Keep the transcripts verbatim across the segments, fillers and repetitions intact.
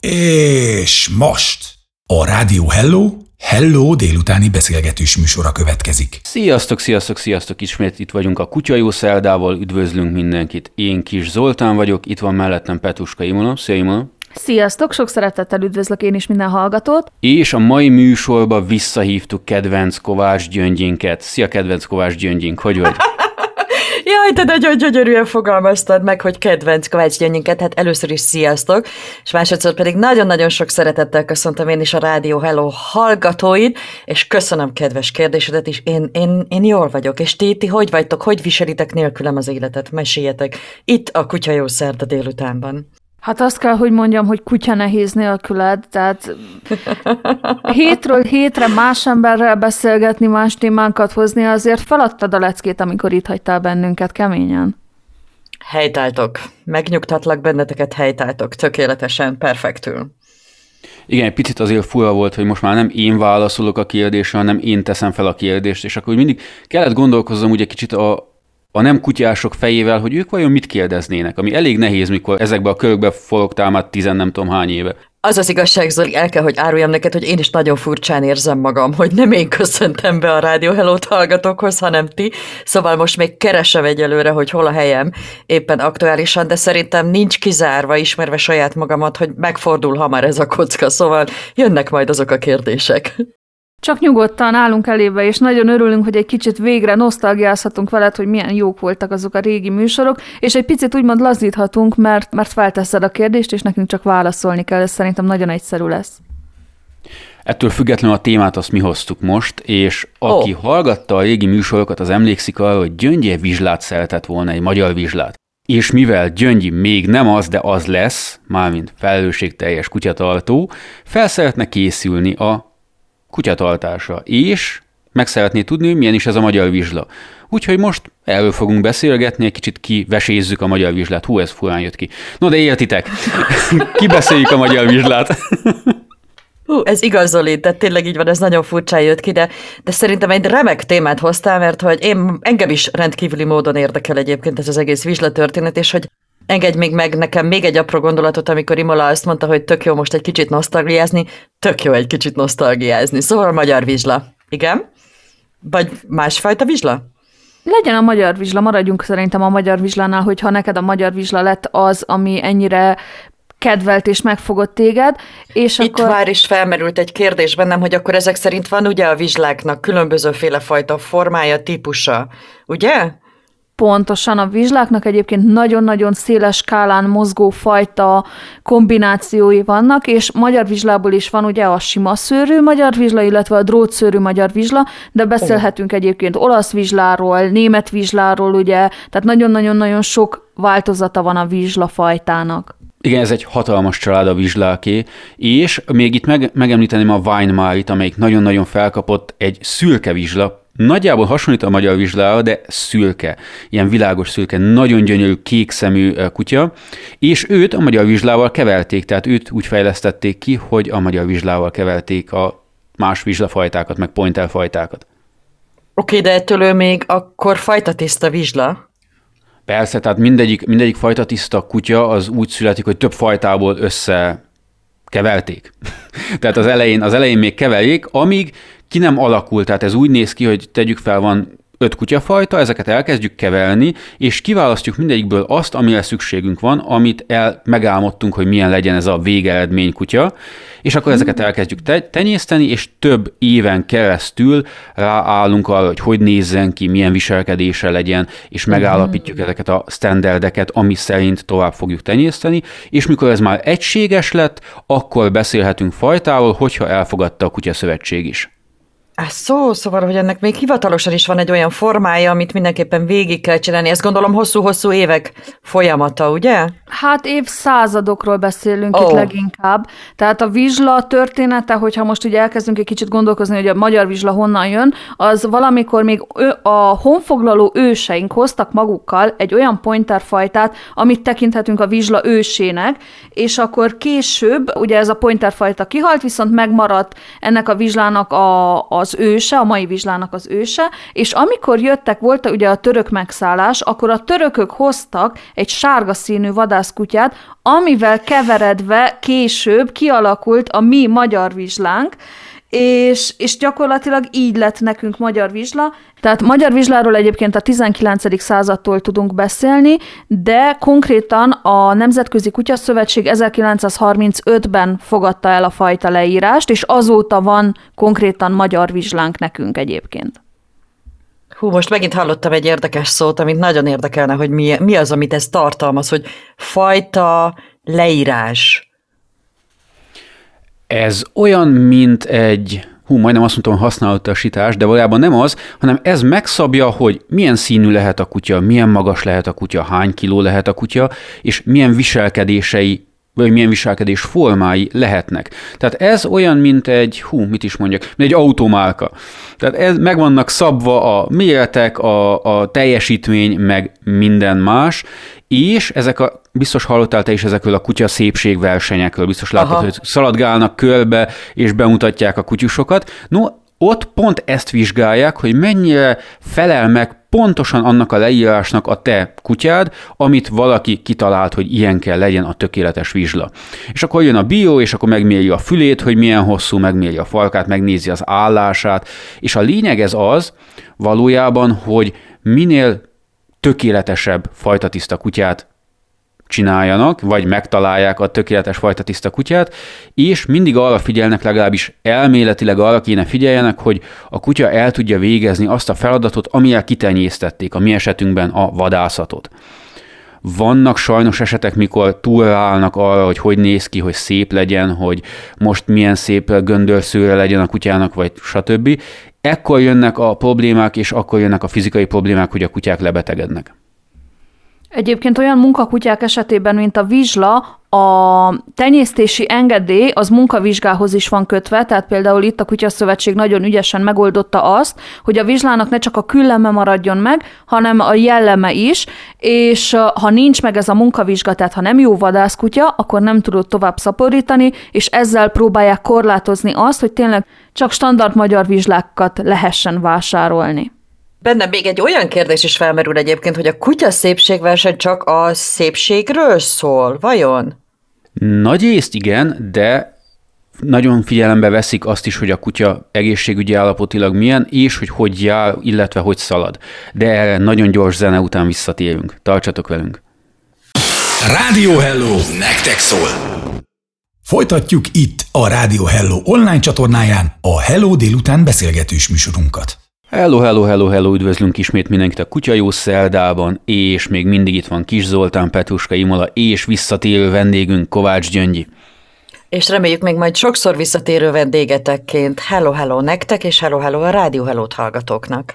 És most a Rádió Hello, Hello délutáni beszélgetős műsora következik. Sziasztok, sziasztok, sziasztok! Ismét itt vagyunk a Kutya Jó Szerdával, üdvözlünk mindenkit. Én Kis Zoltán vagyok, itt van mellettem Petruska Imola. Szia Imola! Sziasztok, sok szeretettel üdvözlök én is minden hallgatót. És a mai műsorba visszahívtuk kedvenc Kovács Gyöngyinket. Szia kedvenc Kovács Gyöngyink, hogy vagy? Jaj, te nagyon gyönyörűen fogalmaztad meg, hogy kedvenc Kovács Gyöngyinket, hát először is sziasztok, és másodszor pedig nagyon-nagyon sok szeretettel köszöntöm én is a Rádió Hello hallgatóid, és köszönöm kedves kérdésedet is, én, én, én jól vagyok, és ti, ti hogy vagytok, hogy viselitek nélkülem az életet, meséljetek itt a Kutya Jó Szerda délutánban. Hát azt kell, hogy mondjam, hogy kutya nehéz nélküled, tehát hétről hétre más emberrel beszélgetni, más témánkat hozni, azért feladtad a leckét, amikor itt hagytál bennünket keményen. Helytáltok. Megnyugtatlak benneteket, helytáltok. Tökéletesen, perfektül. Igen, egy picit azért fura volt, hogy most már nem én válaszolok a kérdésre, hanem én teszem fel a kérdést, és akkor mindig kellett gondolkoznom ugye kicsit a a nem kutyások fejével, hogy ők vajon mit kérdeznének, ami elég nehéz, mikor ezekbe a körökbe forogtál már tizen nem tudom hány éve. Az az igazság, Zoli, el kell, hogy áruljam neked, hogy én is nagyon furcsán érzem magam, hogy nem én köszöntem be a Rádió Hello-t hallgatókhoz, hanem ti. Szóval most még keresem egyelőre, hogy hol a helyem éppen aktuálisan, de szerintem nincs kizárva, ismerve saját magamat, hogy megfordul hamar ez a kocka, szóval jönnek majd azok a kérdések. Csak nyugodtan állunk elébe, és nagyon örülünk, hogy egy kicsit végre nosztalgiázhatunk veled, hogy milyen jók voltak azok a régi műsorok, és egy picit úgymond lazíthatunk, mert, mert felteszed a kérdést, és nekünk csak válaszolni kell, ez szerintem nagyon egyszerű lesz. Ettől függetlenül a témát azt mi hoztuk most, és aki oh. hallgatta a régi műsorokat, az emlékszik arra, hogy Gyöngyi vizslát szeretett volna, egy magyar vizslát. És mivel Gyöngyi még nem az, de az lesz, mármint felelősségteljes kutyatartó, fel szeretne készülni a kutyatartásra, és meg szeretné tudni, hogy milyen is ez a magyar vizsla. Úgyhogy most erről fogunk beszélgetni, egy kicsit kivesézzük a magyar vizslát. Hú, ez furán jött ki. No, de értitek, kibeszéljük a magyar vizslát. Hú, ez igaz, Zoli, de tényleg így van, ez nagyon furcsán jött ki, de, de szerintem egy remek témát hoztál, mert hogy én, engem is rendkívüli módon érdekel egyébként ez az egész vizslatörténet, és hogy engedj még meg nekem még egy apró gondolatot, amikor Imola azt mondta, hogy tök jó most egy kicsit nosztalgiázni, tök jó egy kicsit nosztalgiázni. Szóval a magyar vizsla. Igen? Vagy másfajta vizsla? Legyen a magyar vizsla, maradjunk szerintem a magyar vizslánál, hogyha neked a magyar vizsla lett az, ami ennyire kedvelt és megfogott téged. És Itt akkor... már is felmerült egy kérdés bennem, hogy akkor ezek szerint van ugye a vizsláknak különbözőféle fajta formája, típusa, ugye? Pontosan, a vizsláknak egyébként nagyon-nagyon széles skálán mozgó fajta kombinációi vannak, és magyar vizslából is van ugye a sima szőrű magyar vizsla, illetve a drótszőrű magyar vizsla, de beszélhetünk egyébként olasz vizsláról, német vizsláról, ugye, tehát nagyon-nagyon-nagyon sok változata van a vizslafajtának. Igen, ez egy hatalmas család a vizsláké, és még itt meg, megemlíteném a Weimar-it, amelyik nagyon-nagyon felkapott, egy szürke vizsla. Nagyjából hasonlít a magyar vizslára, de szürke, ilyen világos szürke, nagyon gyönyörű kékszemű kutya, és őt a magyar vizslával keverték, tehát őt úgy fejlesztették ki, hogy a magyar vizslával keverték a más vizslafajtákat, meg pointerfajtákat. Oké, okay, de ettől ő még akkor fajtatiszta vizsla? Persze, tehát mindegyik, mindegyik fajtatiszta kutya az úgy születik, hogy több fajtából össze keverték. Tehát az elején, az elején még keverjék, amíg ki nem alakul, tehát ez úgy néz ki, hogy tegyük fel, van öt kutyafajta, ezeket elkezdjük keverni, és kiválasztjuk mindegyikből azt, amire szükségünk van, amit el, megálmodtunk, hogy milyen legyen ez a végeredmény kutya, és akkor ezeket elkezdjük te- tenyészteni, és több éven keresztül ráállunk arra, hogy hogy nézzen ki, milyen viselkedése legyen, és megállapítjuk ezeket a standardeket, ami szerint tovább fogjuk tenyészteni, és mikor ez már egységes lett, akkor beszélhetünk fajtáról, hogyha elfogadta a kutyaszövetség is. Á, szó, szóval, hogy ennek még hivatalosan is van egy olyan formája, amit mindenképpen végig kell csinálni. Ezt gondolom hosszú-hosszú évek folyamata, ugye? Hát évszázadokról beszélünk oh. itt leginkább. Tehát a vizsla története, hogyha most ugye elkezdünk egy kicsit gondolkozni, hogy a magyar vizsla honnan jön, az valamikor még a honfoglaló őseink hoztak magukkal egy olyan pointerfajtát, amit tekinthetünk a vizsla ősének, és akkor később ugye ez a pointerfajta kihalt, viszont megmaradt ennek a vizslának a, a az őse, a mai vizslának az őse, és amikor jöttek, volt ugye a török megszállás, akkor a törökök hoztak egy sárga színű vadászkutyát, amivel keveredve később kialakult a mi magyar vizslánk, és, és gyakorlatilag így lett nekünk magyar vizsla. Tehát magyar vizsláról egyébként a tizenkilencedik századtól tudunk beszélni, de konkrétan a Nemzetközi Kutyaszövetség ezerkilencszázharmincötben fogadta el a fajta leírást, és azóta van konkrétan magyar vizslánk nekünk egyébként. Hú, most megint hallottam egy érdekes szót, amit nagyon érdekelne, hogy mi, mi az, amit ez tartalmaz, hogy fajta leírás. Ez olyan, mint egy, hú, majdnem azt mondtam, használatasítás, de valójában nem az, hanem ez megszabja, hogy milyen színű lehet a kutya, milyen magas lehet a kutya, hány kiló lehet a kutya, és milyen viselkedései, vagy milyen viselkedés formái lehetnek. Tehát ez olyan, mint egy, hú, mit is mondjak, mint egy automárka. Tehát ez, meg vannak szabva a méretek, a, a teljesítmény, meg minden más, és ezek a, biztos hallottál te is ezekről a kutya szépségversenyekről, biztos láttad, Aha. hogy szaladgálnak körbe, és bemutatják a kutyusokat. No, ott pont ezt vizsgálják, hogy mennyire felel meg pontosan annak a leírásnak a te kutyád, amit valaki kitalált, hogy ilyen kell legyen a tökéletes vizsla. És akkor jön a bió, és akkor megméri a fülét, hogy milyen hosszú, megméri a farkát, megnézi az állását, és a lényeg ez az valójában, hogy minél tökéletesebb fajtatiszta kutyát csináljanak, vagy megtalálják a tökéletes fajtatiszta kutyát, és mindig arra figyelnek, legalábbis elméletileg arra kéne figyeljenek, hogy a kutya el tudja végezni azt a feladatot, amilyen kitenyésztették, a mi esetünkben a vadászatot. Vannak sajnos esetek, mikor túlrállnak arra, hogy hogy néz ki, hogy szép legyen, hogy most milyen szép göndörszőre legyen a kutyának, vagy stb. Ekkor jönnek a problémák, és akkor jönnek a fizikai problémák, hogy a kutyák lebetegednek. Egyébként olyan munkakutyák esetében, mint a vizsla, a tenyésztési engedély az munkavizsgához is van kötve, tehát például itt a Kutyaszövetség nagyon ügyesen megoldotta azt, hogy a vizslának ne csak a külleme maradjon meg, hanem a jelleme is, és ha nincs meg ez a munkavizsga, tehát ha nem jó vadászkutya, akkor nem tudod tovább szaporítani, és ezzel próbálják korlátozni azt, hogy tényleg csak standard magyar vizslákat lehessen vásárolni. Bennem még egy olyan kérdés is felmerül egyébként, hogy a kutya szépségverseny csak a szépségről szól, vajon? Nagyrészt igen, de nagyon figyelembe veszik azt is, hogy a kutya egészségügyi állapotilag milyen, és hogy hogy jár, illetve hogy szalad. De erre nagyon gyors zene után visszatérünk. Tartsatok velünk! Rádió Hello! Nektek szól! Folytatjuk itt a Rádió Hello online csatornáján a Hello délután beszélgetős műsorunkat. Hello, hello, hello, hello, üdvözlünk ismét mindenkit a Kutya Jó Szerdában, és még mindig itt van Kis Zoltán, Petruska Imola, és visszatérő vendégünk Kovács Gyöngyi. És reméljük még majd sokszor visszatérő vendégetekként. Hello, hello nektek, és hello, hello a Rádió Hellót hallgatóknak.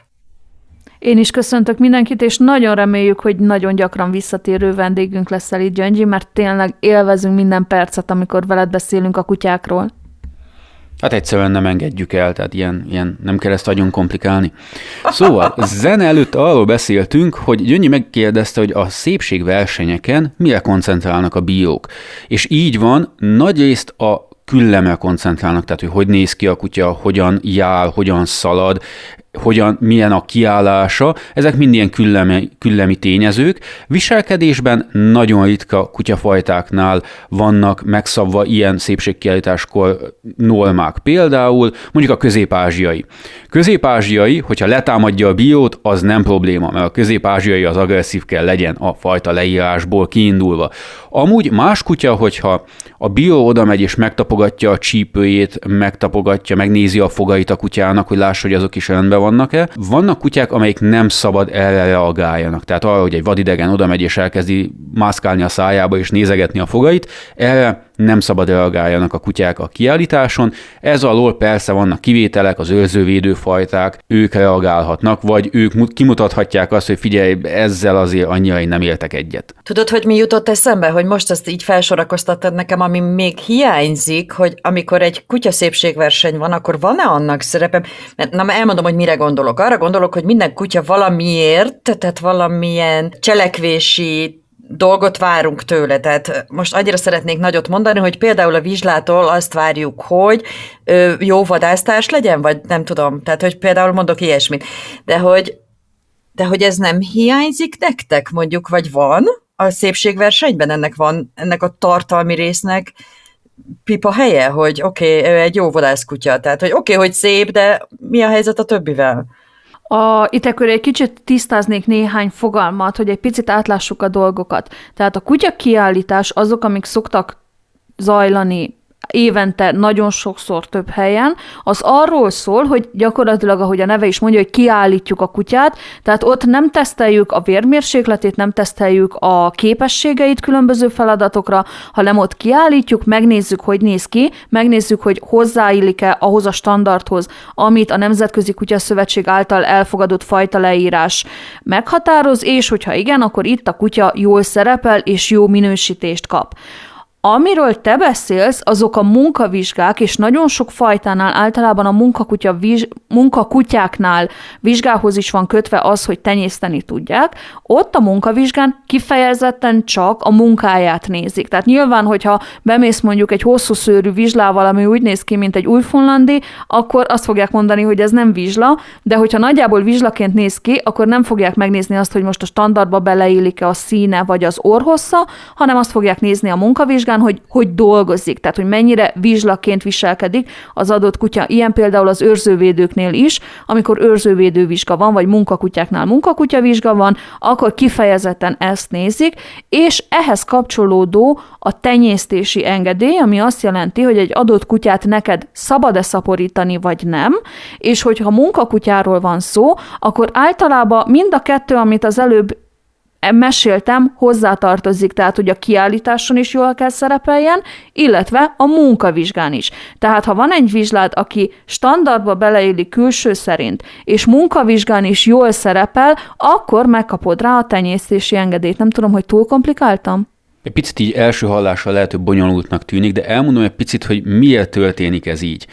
Én is köszöntök mindenkit, és nagyon reméljük, hogy nagyon gyakran visszatérő vendégünk leszel itt, Gyöngyi, mert tényleg élvezünk minden percet, amikor veled beszélünk a kutyákról. Hát egyszerűen nem engedjük el, tehát ilyen, ilyen nem kell ezt nagyon komplikálni. Szóval, zene előtt arról beszéltünk, hogy Gyöngyi megkérdezte, hogy a szépségversenyeken mire koncentrálnak a bírók. És így van, nagyrészt a küllemre koncentrálnak, tehát hogy hogy néz ki a kutya, hogyan jár, hogyan szalad, hogyan, milyen a kiállása, ezek mind ilyen küllemi, küllemi tényezők. Viselkedésben nagyon ritka kutyafajtáknál vannak megszabva ilyen szépségkiállításkor normák. Például mondjuk a közép-ázsiai. Közép-ázsiai, hogyha letámadja a bírót, az nem probléma, mert a közép-ázsiai az agresszív kell legyen a fajta leírásból kiindulva. Amúgy más kutya, hogyha a bíró oda megy és megtapogatja a csípőjét, megtapogatja, megnézi a fogait a kutyának, hogy lássa, hogy azok is rendben vannak-e. Vannak kutyák, amelyik nem szabad erre reagáljanak. Tehát arra, hogy egy vadidegen oda megy és elkezdi mászkálni a szájába és nézegetni a fogait, erre nem szabad reagáljanak a kutyák a kiállításon. Ez alól persze vannak kivételek, az őrzővédő fajták, ők reagálhatnak, vagy ők kimutathatják azt, hogy figyelj, ezzel azért annyira én nem éltek egyet. Tudod, hogy mi jutott eszembe, hogy most ezt így felsorakoztattad nekem, ami még hiányzik, hogy amikor egy kutya szépségverseny van, akkor van-e annak szerepem? Na, elmondom, hogy mire gondolok. Arra gondolok, hogy minden kutya valamiért, tehát valamilyen cselekvési dolgot várunk tőle. Tehát most annyira szeretnék nagyot mondani, hogy például a vizslától azt várjuk, hogy ö, jó vadásztárs legyen, vagy nem tudom. Tehát, hogy például mondok ilyesmit. De hogy, de hogy ez nem hiányzik nektek, mondjuk, vagy van a szépségversenyben? Ennek van, ennek a tartalmi résznek pipa helye, hogy oké, okay, egy jó vadászkutya. Tehát, hogy oké, okay, hogy szép, de mi a helyzet a többivel? A, itt akkor egy kicsit tisztáznék néhány fogalmat, hogy egy picit átlássuk a dolgokat. Tehát a kutya kiállítás azok, amik szoktak zajlani évente nagyon sokszor több helyen, az arról szól, hogy gyakorlatilag, ahogy a neve is mondja, hogy kiállítjuk a kutyát, tehát ott nem teszteljük a vérmérsékletét, nem teszteljük a képességeit különböző feladatokra, hanem ott kiállítjuk, megnézzük, hogy néz ki, megnézzük, hogy hozzáillik-e ahhoz a standardhoz, amit a Nemzetközi Kutyaszövetség által elfogadott fajta leírás meghatároz, és hogyha igen, akkor itt a kutya jól szerepel, és jó minősítést kap. Amiről te beszélsz, azok a munkavizsgák, és nagyon sok fajtánál, általában a munkakutya viz, munkakutyáknál vizsgához is van kötve az, hogy tenyészteni tudják, ott a munkavizsgán kifejezetten csak a munkáját nézik. Tehát nyilván, hogyha bemész mondjuk egy hosszú szőrű vizslával, ami úgy néz ki, mint egy újfonlandi, akkor azt fogják mondani, hogy ez nem vizsla, de hogyha nagyjából vizslaként néz ki, akkor nem fogják megnézni azt, hogy most a standardba beleillik-e a színe vagy az orrhossza, hanem azt fogják nézni a munkavizsgán, hogy hogy dolgozik, tehát hogy mennyire vizslaként viselkedik az adott kutya. Ilyen például az őrzővédőknél is, amikor őrzővédővizsga van, vagy munkakutyáknál munkakutyavizsga van, akkor kifejezetten ezt nézik, és ehhez kapcsolódó a tenyésztési engedély, ami azt jelenti, hogy egy adott kutyát neked szabad-e szaporítani, vagy nem, és hogyha munkakutyáról van szó, akkor általában mind a kettő, amit az előbb meséltem, hozzátartozik, tehát hogy a kiállításon is jól kell szerepeljen, illetve a munkavizsgán is. Tehát ha van egy vizslád, aki standardba beleillik külső szerint, és munkavizsgán is jól szerepel, akkor megkapod rá a tenyésztési engedélyt. Nem tudom, hogy túl komplikáltam? Egy picit így első hallásra lehet, hogy bonyolultnak tűnik, de elmondom egy picit, hogy miért történik ez így.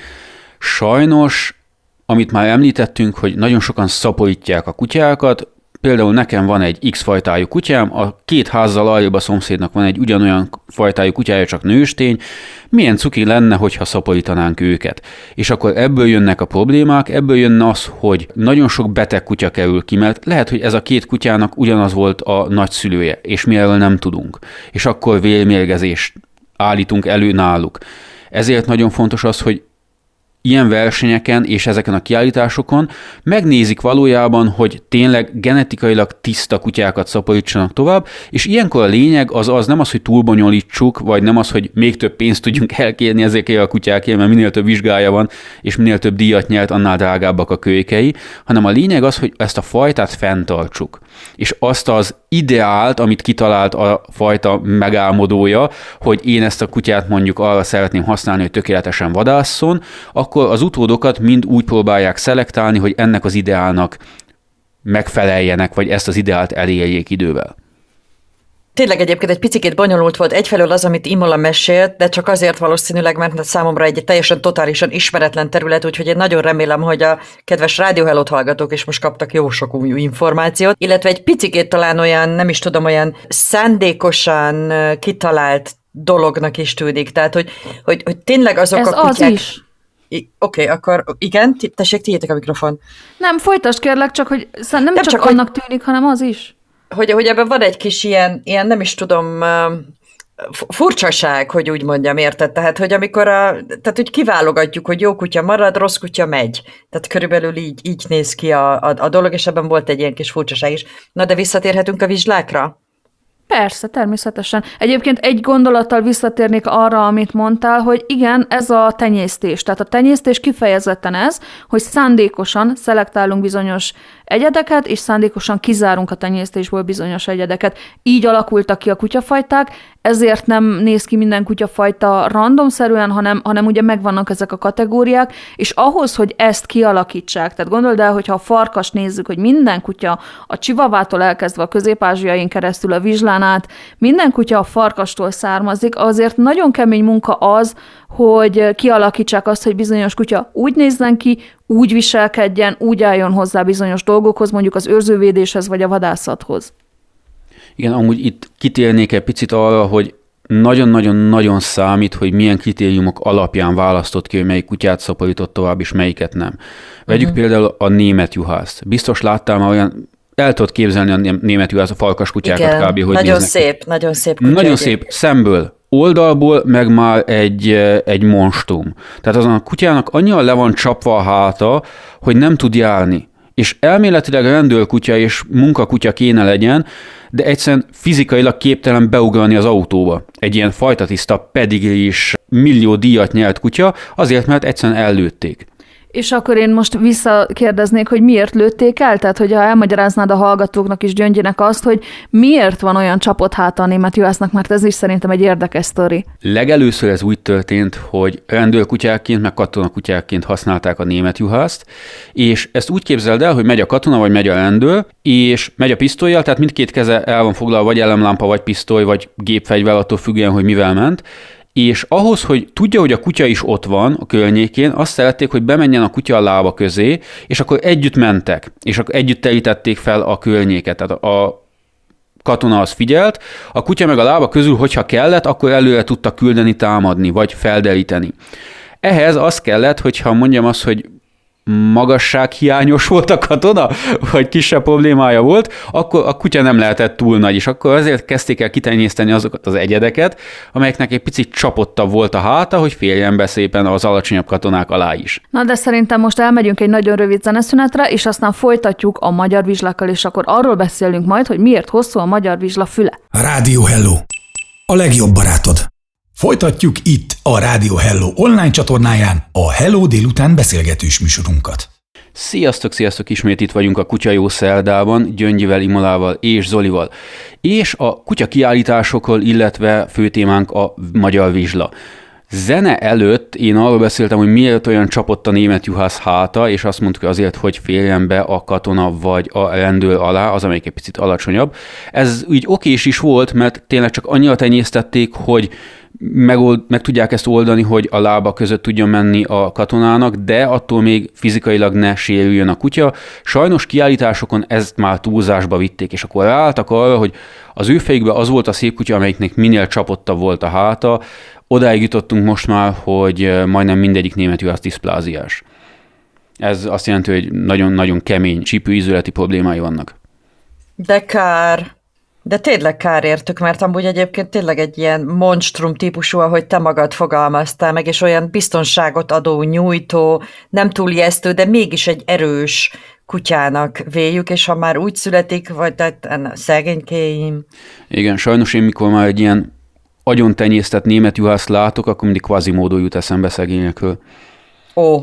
Sajnos, amit már említettünk, hogy nagyon sokan szaporítják a kutyákat. Például nekem van egy X fajtájú kutyám, a két házzal arrébb a szomszédnak van egy ugyanolyan fajtájú kutyája, csak nőstény. Milyen cuki lenne, hogyha szaporítanánk őket? És akkor ebből jönnek a problémák, ebből jönne az, hogy nagyon sok beteg kutya kerül ki, mert lehet, hogy ez a két kutyának ugyanaz volt a nagyszülője, és mi erről nem tudunk. És akkor vérmérgezést állítunk elő náluk. Ezért nagyon fontos az, hogy ilyen versenyeken és ezeken a kiállításokon megnézik valójában, hogy tényleg genetikailag tiszta kutyákat szaporítsanak tovább, és ilyenkor a lényeg az az nem az, hogy túlbonyolítsuk, vagy nem az, hogy még több pénzt tudjunk elkérni ezekért a kutyákért, mert minél több vizsgája van, és minél több díjat nyert, annál drágábbak a kölykei, hanem a lényeg az, hogy ezt a fajtát fenntartsuk. És azt az ideált, amit kitalált a fajta megálmodója, hogy én ezt a kutyát mondjuk arra szeretném használni, hogy tökéletesen vadásszon, akkor az utódokat mind úgy próbálják szelektálni, hogy ennek az ideálnak megfeleljenek, vagy ezt az ideált elérjék idővel. Tényleg egyébként egy picikét bonyolult volt egyfelől az, amit Imola mesélt, de csak azért valószínűleg, mert számomra egy teljesen totálisan ismeretlen terület, úgyhogy én nagyon remélem, hogy a kedves Rádió Hellót hallgatók is most kaptak jó sok új információt, illetve egy picikét talán olyan, nem is tudom, olyan szándékosan kitalált dolognak is tűnik. Tehát, hogy, hogy, hogy tényleg azok Ez a kutyák... az is. Oké, okay, akkor igen, tessék, tiétek a mikrofon. Nem, folytasd kérlek, csak hogy nem, nem csak, csak annak hogy... tűnik, hanem az is. Hogy, hogy ebben van egy kis ilyen, ilyen nem is tudom, furcsaság, hogy úgy mondjam, érted? Tehát, hogy amikor a, tehát, hogy kiválogatjuk, hogy jó kutya marad, rossz kutya megy. Tehát körülbelül így, így néz ki a, a, a dolog, és ebben volt egy ilyen kis furcsaság is. Na, de visszatérhetünk a vizslákra? Persze, természetesen. Egyébként egy gondolattal visszatérnék arra, amit mondtál, hogy igen, ez a tenyésztés. Tehát a tenyésztés kifejezetten ez, hogy szándékosan szelektálunk bizonyos egyedeket, és szándékosan kizárunk a tenyésztésből bizonyos egyedeket. Így alakultak ki a kutyafajták, ezért nem néz ki minden kutyafajta randomszerűen, hanem, hanem ugye megvannak ezek a kategóriák, és ahhoz, hogy ezt kialakítsák, tehát gondold el, hogyha a farkas nézzük, hogy minden kutya a csivavától elkezdve a közép-ázsiain keresztül a vizslán át, minden kutya a farkastól származik, azért nagyon kemény munka az, hogy kialakítsák azt, hogy bizonyos kutya úgy nézzen ki, úgy viselkedjen, úgy álljon hozzá bizonyos dolgokhoz, mondjuk az őrzővédéshez vagy a vadászathoz. Igen, amúgy itt kitérnék egy picit arra, hogy nagyon-nagyon-nagyon számít, hogy milyen kritériumok alapján választott ki, hogy melyik kutyát szaporított tovább, és melyiket nem. Vegyük uh-huh. például a német juhászt. Biztos láttál már olyan, el tudod képzelni a német juhász, a farkas kutyákat igen, kb. Hogy nagyon néznek. szép, nagyon szép kutya. Nagyon egyéb. szép, szemből, oldalból meg már egy, egy monstrum. Tehát azon a kutyának annyira le van csapva a háta, hogy nem tud járni. És elméletileg rendőrkutya és munkakutya kéne legyen, de egyszerűen fizikailag képtelen beugrani az autóba. Egy ilyen fajtatiszta pedigris millió díjat nyert kutya, azért, mert egyszerűen ellőtték. És akkor én most visszakérdeznék, hogy miért lőtték el? Tehát, hogyha elmagyaráznád a hallgatóknak és Gyöngyinek azt, hogy miért van olyan csapott háta a német juhásznak, mert ez is szerintem egy érdekes sztori. Legelőször ez úgy történt, hogy rendőrkutyákként, meg katonakutyákként használták a német juhászt, és ezt úgy képzeld el, hogy megy a katona, vagy megy a rendőr, és megy a pisztollyal, tehát mindkét keze el van foglalva, vagy elemlámpa, vagy pisztoly, vagy gépfegyver, attól függően, hogy mivel ment, és ahhoz, hogy tudja, hogy a kutya is ott van a környékén, azt szerették, hogy bemenjen a kutya a lába közé, és akkor együtt mentek, és akkor együtt terítették fel a környéket. Tehát a katona az figyelt, a kutya meg a lába közül, hogyha kellett, akkor előre tudta küldeni, támadni, vagy felderíteni. Ehhez az kellett, hogyha mondjam azt, hogy magassághiányos volt a katona, vagy kisebb problémája volt, akkor a kutya nem lehetett túl nagy, és akkor azért kezdték el kitenyészteni azokat az egyedeket, amelyeknek egy picit csapottabb volt a háta, hogy férjen be szépen az alacsonyabb katonák alá is. Na de szerintem most elmegyünk egy nagyon rövid zeneszünetre, és aztán folytatjuk a magyar vizslákkal, és akkor arról beszélünk majd, hogy miért hosszú a magyar vizsla füle. Rádió Hello. A legjobb barátod. Folytatjuk itt a Rádió Hello online csatornáján a Hello délután beszélgetős műsorunkat. Sziasztok, sziasztok! Ismét itt vagyunk a Kutya Jó Szerdában, Gyöngyivel, Imolával és Zolival. És a kutya kiállításokról, illetve főtémánk a magyar vizsla. Zene előtt én arról beszéltem, hogy miért olyan csapott a német juhász háta, és azt mondtuk azért, hogy férjen be a katona vagy a rendőr alá, az, amelyik egy picit alacsonyabb. Ez úgy okés is volt, mert tényleg csak annyira tenyésztették, hogy Megold, meg tudják ezt oldani, hogy a lába között tudjon menni a katonának, de attól még fizikailag ne sérüljön a kutya. Sajnos kiállításokon ezt már túlzásba vitték, és akkor ráálltak arra, hogy az ő fejükben az volt a szép kutya, amelyiknek minél csapottabb volt a háta. Odáig jutottunk most már, hogy majdnem mindegyik német juhász diszpláziás. Ez azt jelenti, hogy nagyon-nagyon kemény csípőizületi problémái vannak. De kár. De tényleg kár értük, mert amúgy egyébként tényleg egy ilyen monstrum típusú, ahogy te magad fogalmaztál meg, és olyan biztonságot adó, nyújtó, nem túl ijesztő, de mégis egy erős kutyának véljük, és ha már úgy születik, vagy tehát szegénykéim. Igen, sajnos én mikor már egy ilyen agyon tenyésztett német juhászt látok, akkor mindig Quasimodo jut eszembe szegényekről. Ó.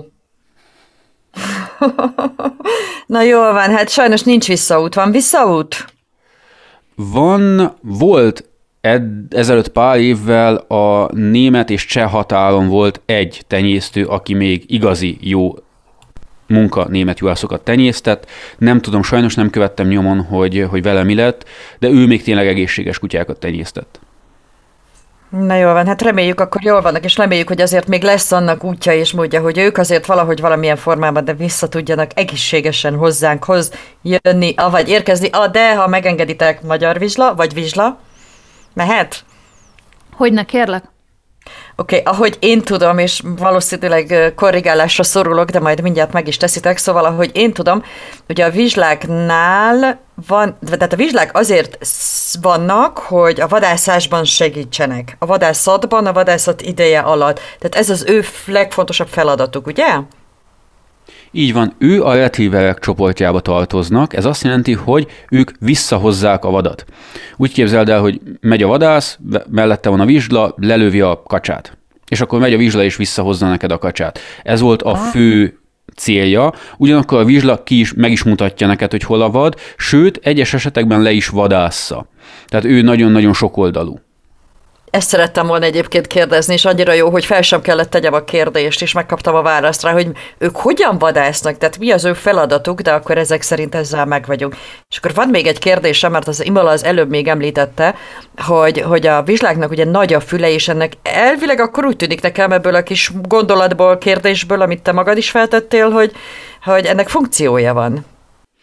Na jól van, hát sajnos nincs visszaút. Van visszaút? Van, volt ed, ezelőtt pár évvel a német és cseh határon volt egy tenyésztő, aki még igazi jó munka német juhászokat tenyésztett. Nem tudom, sajnos nem követtem nyomon, hogy, hogy vele mi lett, de ő még tényleg egészséges kutyákat tenyésztett. Na jól van, hát reméljük, akkor jól vannak, és reméljük, hogy azért még lesz annak útja és módja, hogy ők azért valahogy valamilyen formában, de vissza tudjanak egészségesen hozzánk hoz jönni, vagy érkezni, a, de ha megengeditek, magyar vizsla, vagy vizsla, mehet? Hogyne, kérlek? Oké, okay, ahogy én tudom, és valószínűleg korrigálásra szorulok, de majd mindjárt meg is teszitek, szóval ahogy én tudom, ugye a vizsláknál van, tehát a vizslák azért vannak, hogy a vadászásban segítsenek. A vadászatban, a vadászat ideje alatt. Tehát ez az ő legfontosabb feladatuk, ugye? Így van, ő a retrieverek csoportjába tartoznak, ez azt jelenti, hogy ők visszahozzák a vadat. Úgy képzeld el, hogy megy a vadász, mellette van a vizsla, lelövi a kacsát. És akkor megy a vizsla és visszahozza neked a kacsát. Ez volt a fő célja, ugyanakkor a vizsla ki is, meg is mutatja neked, hogy hol a vad, sőt, egyes esetekben le is vadásza. Tehát ő nagyon-nagyon sokoldalú. Ezt szerettem volna egyébként kérdezni, és annyira jó, hogy fel sem kellett tegyem a kérdést, és megkaptam a választ rá, hogy ők hogyan vadásznak, tehát mi az ő feladatuk, de akkor ezek szerint ezzel meg vagyunk. És akkor van még egy kérdésem, mert az Imola az előbb még említette, hogy, hogy a vizsláknak ugye nagy a füle, és ennek elvileg akkor úgy tűnik nekem ebből a kis gondolatból, kérdésből, amit te magad is feltettél, hogy, hogy ennek funkciója van.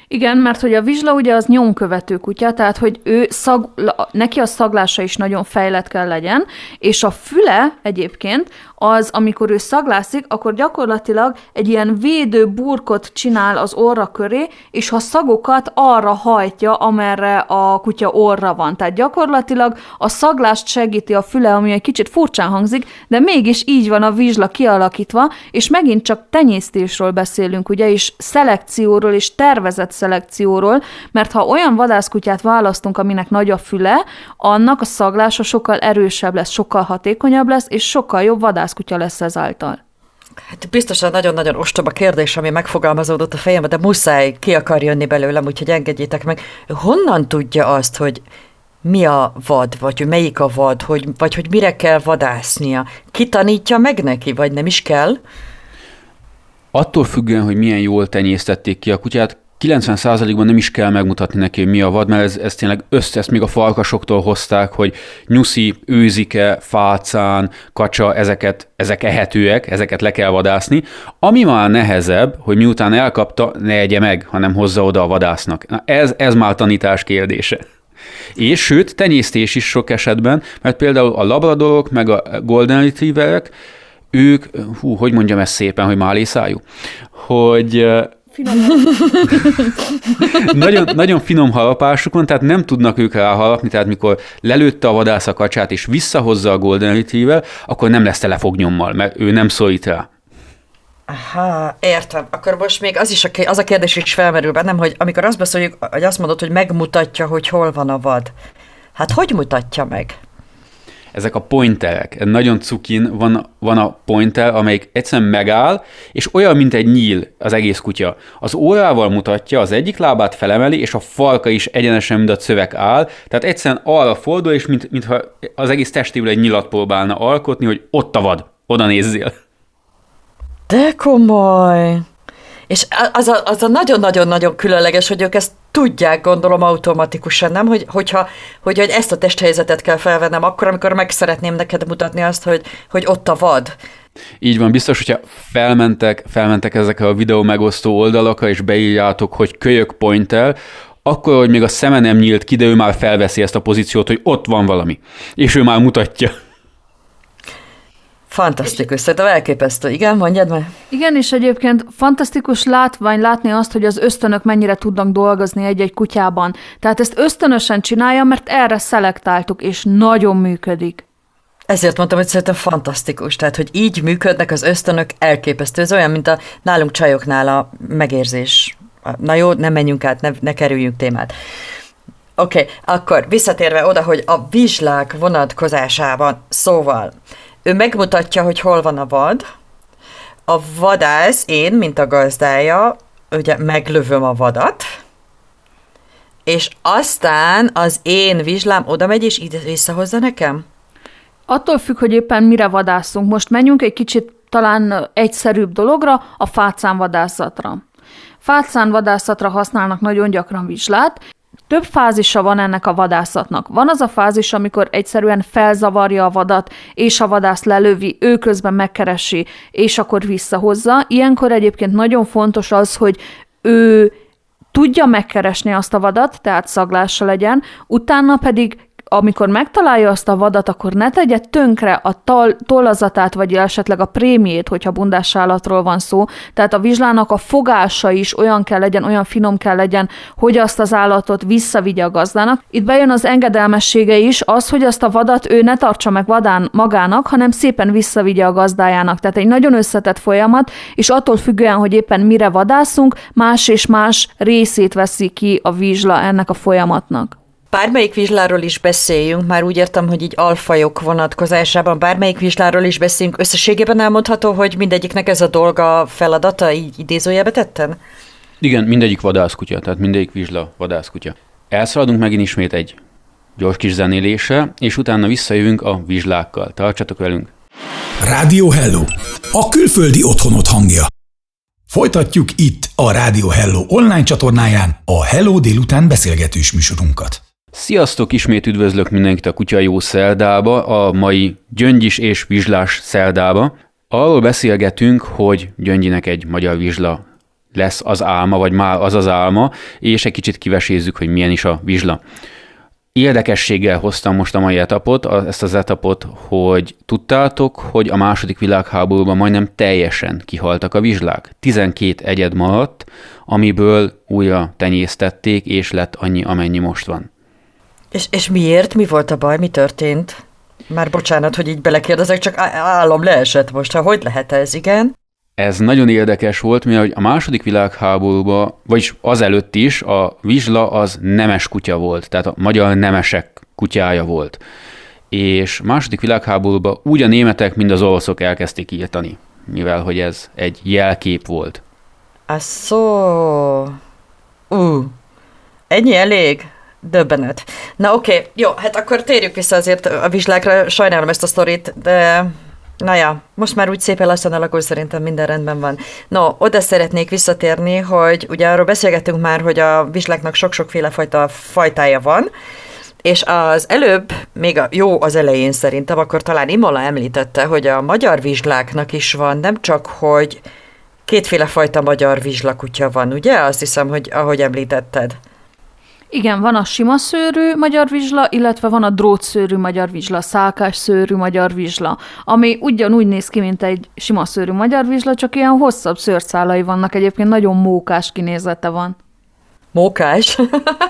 Igen, mert hogy a vizsla ugye az nyomkövető kutya, tehát hogy ő szag, neki a szaglása is nagyon fejlett kell legyen, és a füle egyébként az, amikor ő szaglászik, akkor gyakorlatilag egy ilyen védő burkot csinál az orra köré, és a szagokat arra hajtja, amerre a kutya orra van. Tehát gyakorlatilag a szaglást segíti a füle, ami egy kicsit furcsán hangzik, de mégis így van a vizsla kialakítva, és megint csak tenyésztésről beszélünk, ugye, és szelekcióról, és tervezett szelekcióról, mert ha olyan vadászkutyát választunk, aminek nagy a füle, annak a szaglása sokkal erősebb lesz, sokkal hatékonyabb lesz, és sokkal jobb vadászkutya lesz ezáltal. Hát biztosan nagyon-nagyon ostoba kérdés, ami megfogalmazódott a fejembe, de muszáj ki akar jönni belőlem, úgyhogy engedjétek meg. Honnan tudja azt, hogy mi a vad, vagy hogy melyik a vad, hogy, vagy hogy mire kell vadásznia? Ki tanítja meg neki, vagy nem is kell? Attól függően, hogy milyen jól tenyésztették ki a kutyát, kilencven százalékban nem is kell megmutatni neki, hogy mi a vad, mert ez, ez tényleg össze, ezt még a farkasoktól hozták, hogy nyuszi, őzike, fácán, kacsa, ezeket, ezek ehetőek, ezeket le kell vadászni. Ami már nehezebb, hogy miután elkapta, ne egye meg, hanem hozza oda a vadásznak. Na ez, ez már tanítás kérdése. És sőt, tenyésztés is sok esetben, mert például a labradorok, meg a golden retrieverek, ők, hú, hogy mondjam ezt szépen, hogy málészájú, hogy nagyon, nagyon finom harapásuk van, tehát nem tudnak ők ráharapni, tehát mikor lelőtte a vadász a kacsát, és visszahozza a golden retriever, akkor nem lesz tele fognyommal, mert ő nem szorít rá. Aha, értem. Akkor most még az is a, az a kérdés is felmerül bennem, hogy amikor azt beszéljük, hogy azt mondod, hogy megmutatja, hogy hol van a vad. Hát hogy mutatja meg? Ezek a pointerek. Nagyon cukin van, van a pointer, amelyik egyszerűen megáll, és olyan, mint egy nyíl az egész kutya. Az órával mutatja, az egyik lábát felemeli, és a farka is egyenesen, mint a cövek áll. Tehát egyszerűen arra fordul, és mint, mintha az egész testéből egy nyilat próbálna alkotni, hogy ott a vad, oda nézzél. De komoly! És az a, az a nagyon-nagyon-nagyon különleges, hogy ők ezt tudják, gondolom automatikusan, nem? Hogy, hogyha, hogy, hogy ezt a testhelyzetet kell felvennem akkor, amikor meg szeretném neked mutatni azt, hogy, hogy ott a vad. Így van, biztos, hogyha felmentek, felmentek ezekre a videó megosztó oldalakra, és beírjátok, hogy kölyök pointer, akkor, hogy még a szeme nem nyílt ki, de ő már felveszi ezt a pozíciót, hogy ott van valami. És ő már mutatja. Fantasztikus, szerintem elképesztő. Igen, mondjad meg? Igen, és egyébként fantasztikus látvány látni azt, hogy az ösztönök mennyire tudnak dolgozni egy-egy kutyában. Tehát ezt ösztönösen csinálja, mert erre szelektáltuk, és nagyon működik. Ezért mondtam, hogy szerintem fantasztikus. Tehát, hogy így működnek az ösztönök, elképesztő. Ez olyan, mint a nálunk csajoknál a megérzés. Na jó, nem menjünk át, ne, ne kerüljünk témát. Oké, okay, akkor visszatérve oda, hogy a vizslák vonatkozásában, szóval ő megmutatja, hogy hol van a vad. A vadász, én, mint a gazdája, ugye meglövöm a vadat, és aztán az én vizslám oda megy, és ide visszahozza nekem? Attól függ, hogy éppen mire vadászunk. Most menjünk egy kicsit talán egyszerűbb dologra, a fácánvadászatra. Fácánvadászatra használnak nagyon gyakran vizslát. Több fázisa van ennek a vadászatnak. Van az a fázis, amikor egyszerűen felzavarja a vadat, és a vadász lelövi, ő közben megkeresi, és akkor visszahozza. Ilyenkor egyébként nagyon fontos az, hogy ő tudja megkeresni azt a vadat, tehát szaglása legyen, utána pedig amikor megtalálja azt a vadat, akkor ne tegye tönkre a tol- tollazatát, vagy esetleg a prémiét, hogyha bundás állatról van szó. Tehát a vizslának a fogása is olyan kell legyen, olyan finom kell legyen, hogy azt az állatot visszavigye a gazdának. Itt bejön az engedelmessége is, az, hogy azt a vadat ő ne tartsa meg vadán magának, hanem szépen visszavigye a gazdájának. Tehát egy nagyon összetett folyamat, és attól függően, hogy éppen mire vadászunk, más és más részét veszi ki a vizsla ennek a folyamatnak. Bármelyik vizsláról is beszéljünk, már úgy értem, hogy így alfajok vonatkozásában bármelyik vizsláról is beszéljünk, összességében elmondható, hogy mindegyiknek ez a dolga, feladata, így idézőjelbe tetten? Igen, mindegyik vadászkutya, tehát mindegyik vizsla vadászkutya. Elszaladunk megint ismét egy gyors kis zenélésre, és utána visszajövünk a vizslákkal. Tartsatok velünk! Rádió Hello, a külföldi otthonod hangja. Folytatjuk itt a Rádió Hello online csatornáján a Hello délután beszélgetős műsorunkat. Sziasztok, ismét üdvözlök mindenkit a Kutya Jó szerdába, a mai gyöngyis és vizslás szerdába. Arról beszélgetünk, hogy Gyöngyinek egy magyar vizsla lesz az álma, vagy már az az álma, és egy kicsit kivesézzük, hogy milyen is a vizsla. Érdekességgel hoztam most a mai etapot, ezt az etapot, hogy tudtátok, hogy a második világháborúban majdnem teljesen kihaltak a vizslák. tizenkét egyed maradt, amiből újra tenyésztették, és lett annyi, amennyi most van. És, és miért? Mi volt a baj? Mi történt? Már bocsánat, hogy így belekérdezek, csak állam leesett most. Ha hogy lehet ez, igen? Ez nagyon érdekes volt, mert a második világháborúban, vagyis azelőtt is a vizsla az nemes kutya volt, tehát a magyar nemesek kutyája volt. És a második világháborúban úgy a németek, mind az oroszok elkezdték írtani, mivel hogy ez egy jelkép volt. A szó... Ú, ennyi elég? Döbbenet. Na oké, okay. Jó, hát akkor térjük vissza azért a vizslákra, sajnálom ezt a sztorit, de na ja, most már úgy szépen lassan alakul, szerintem minden rendben van. No, oda szeretnék visszatérni, hogy ugye arról beszélgettünk már, hogy a vizsláknak sok-sokféle fajta fajtája van, és az előbb, még a, jó az elején szerintem, akkor talán Imola említette, hogy a magyar vizsláknak is van, nem csak, hogy kétféle fajta magyar vizslakutya van, ugye? Azt hiszem, hogy ahogy említetted. Igen, van a sima szőrű magyar vizsla, illetve van a drótszőrű magyar vizsla, szálkás szőrű magyar vizsla, ami ugyanúgy néz ki, mint egy sima szőrű magyar vizsla, csak ilyen hosszabb szőrszálai vannak, egyébként nagyon mókás kinézete van. Mókás?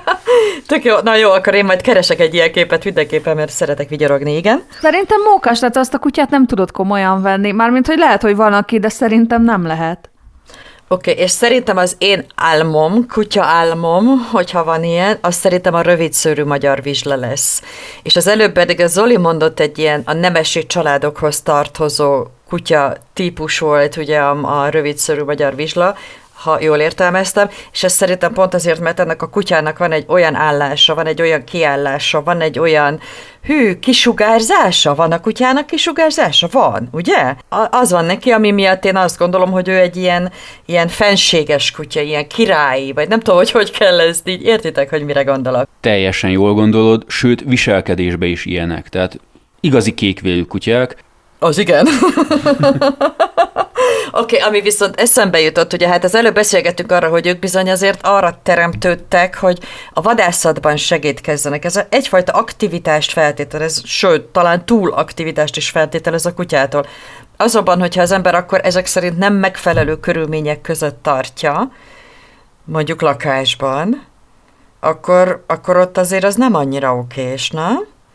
Tök jó, na jó, akkor én majd keresek egy ilyen képet mindenképpen, mert szeretek vigyorogni, igen. Szerintem mókás, tehát azt a kutyát nem tudod komolyan venni, mármint, hogy lehet, hogy van aki, de szerintem nem lehet. Oké, okay, és szerintem az én álmom, kutya álmom, hogyha van ilyen, az szerintem a rövidszőrű magyar vizsla lesz. És az előbb pedig a Zoli mondott egy ilyen a nemesi családokhoz tartozó kutya típus volt, ugye a, a rövidszőrű magyar vizsla, ha jól értelmeztem, és ez szerintem pont azért, mert ennek a kutyának van egy olyan állása, van egy olyan kiállása, van egy olyan hű, kisugárzása, van a kutyának kisugárzása? Van, ugye? Az van neki, ami miatt én azt gondolom, hogy ő egy ilyen, ilyen fenséges kutya, ilyen királyi, vagy nem tudom, hogy hogy kell ezt így, értitek, hogy mire gondolok? Teljesen jól gondolod, sőt, viselkedésbe is ilyenek, tehát igazi kékvérű kutyák. Az igen. Oké, okay, ami viszont eszembe jutott, ugye hát az előbb beszélgettünk arra, hogy ők bizony azért arra teremtődtek, hogy a vadászatban segítkezzenek. Ez egyfajta aktivitást feltételez, sőt, talán túl aktivitást is feltételez a kutyától. Azonban, hogyha az ember akkor ezek szerint nem megfelelő körülmények között tartja, mondjuk lakásban, akkor, akkor ott azért az nem annyira okés, na?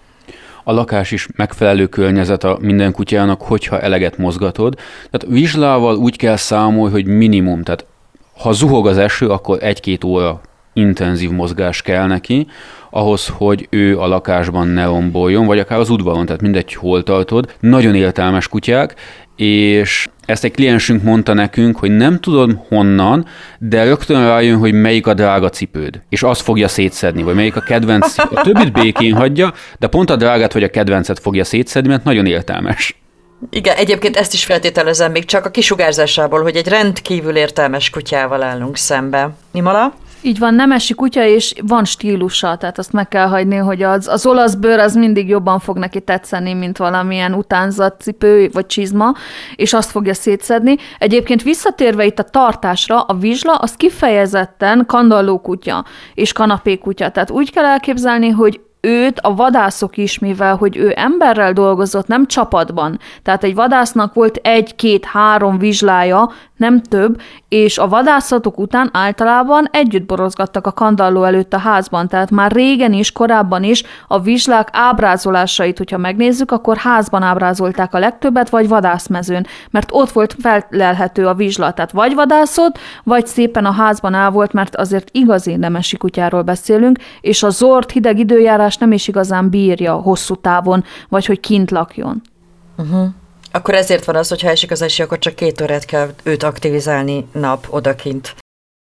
A lakás is megfelelő környezet a minden kutyának, hogyha eleget mozgatod. Tehát vizslával úgy kell számolni, hogy minimum, tehát ha zuhog az eső, akkor egy-két óra intenzív mozgás kell neki, ahhoz, hogy ő a lakásban ne romboljon, vagy akár az udvaron, tehát mindegy, hol tartod. Nagyon értelmes kutyák, és ezt egy kliensünk mondta nekünk, hogy nem tudom honnan, de rögtön rájön, hogy melyik a drága cipőd, és azt fogja szétszedni, vagy melyik a kedvenc, a többit békén hagyja, de pont a drágát vagy a kedvencet fogja szétszedni, mert nagyon értelmes. Igen, egyébként ezt is feltételezem még csak a kisugárzásából, hogy egy rendkívül értelmes kutyával állunk szembe. Imola? Így van, nemesi kutya, és van stílusa, tehát azt meg kell hagyni, hogy az, az olasz bőr az mindig jobban fog neki tetszeni, mint valamilyen utánzat cipő vagy csizma, és azt fogja szétszedni. Egyébként visszatérve itt a tartásra, a vizsla az kifejezetten kandalló kutya és kanapé kutya, tehát úgy kell elképzelni, hogy őt a vadászok is, mivel hogy ő emberrel dolgozott, nem csapatban. Tehát egy vadásznak volt egy-két-három vizslája, nem több, és a vadászatok után általában együtt borozgattak a kandalló előtt a házban. Tehát már régen is, korábban is a vizslák ábrázolásait, hogyha megnézzük, akkor házban ábrázolták a legtöbbet, vagy vadászmezőn, mert ott volt felelhető a vizsla. Tehát vagy vadászott, vagy szépen a házban áll volt, mert azért igazi nemesi kutyáról beszélünk, és a zord hideg időjárás nem is igazán bírja hosszú távon, vagy hogy kint lakjon. Uh-huh. Akkor ezért van az, hogy ha esik az eső, akkor csak két órát kell őt aktivizálni nap odakint.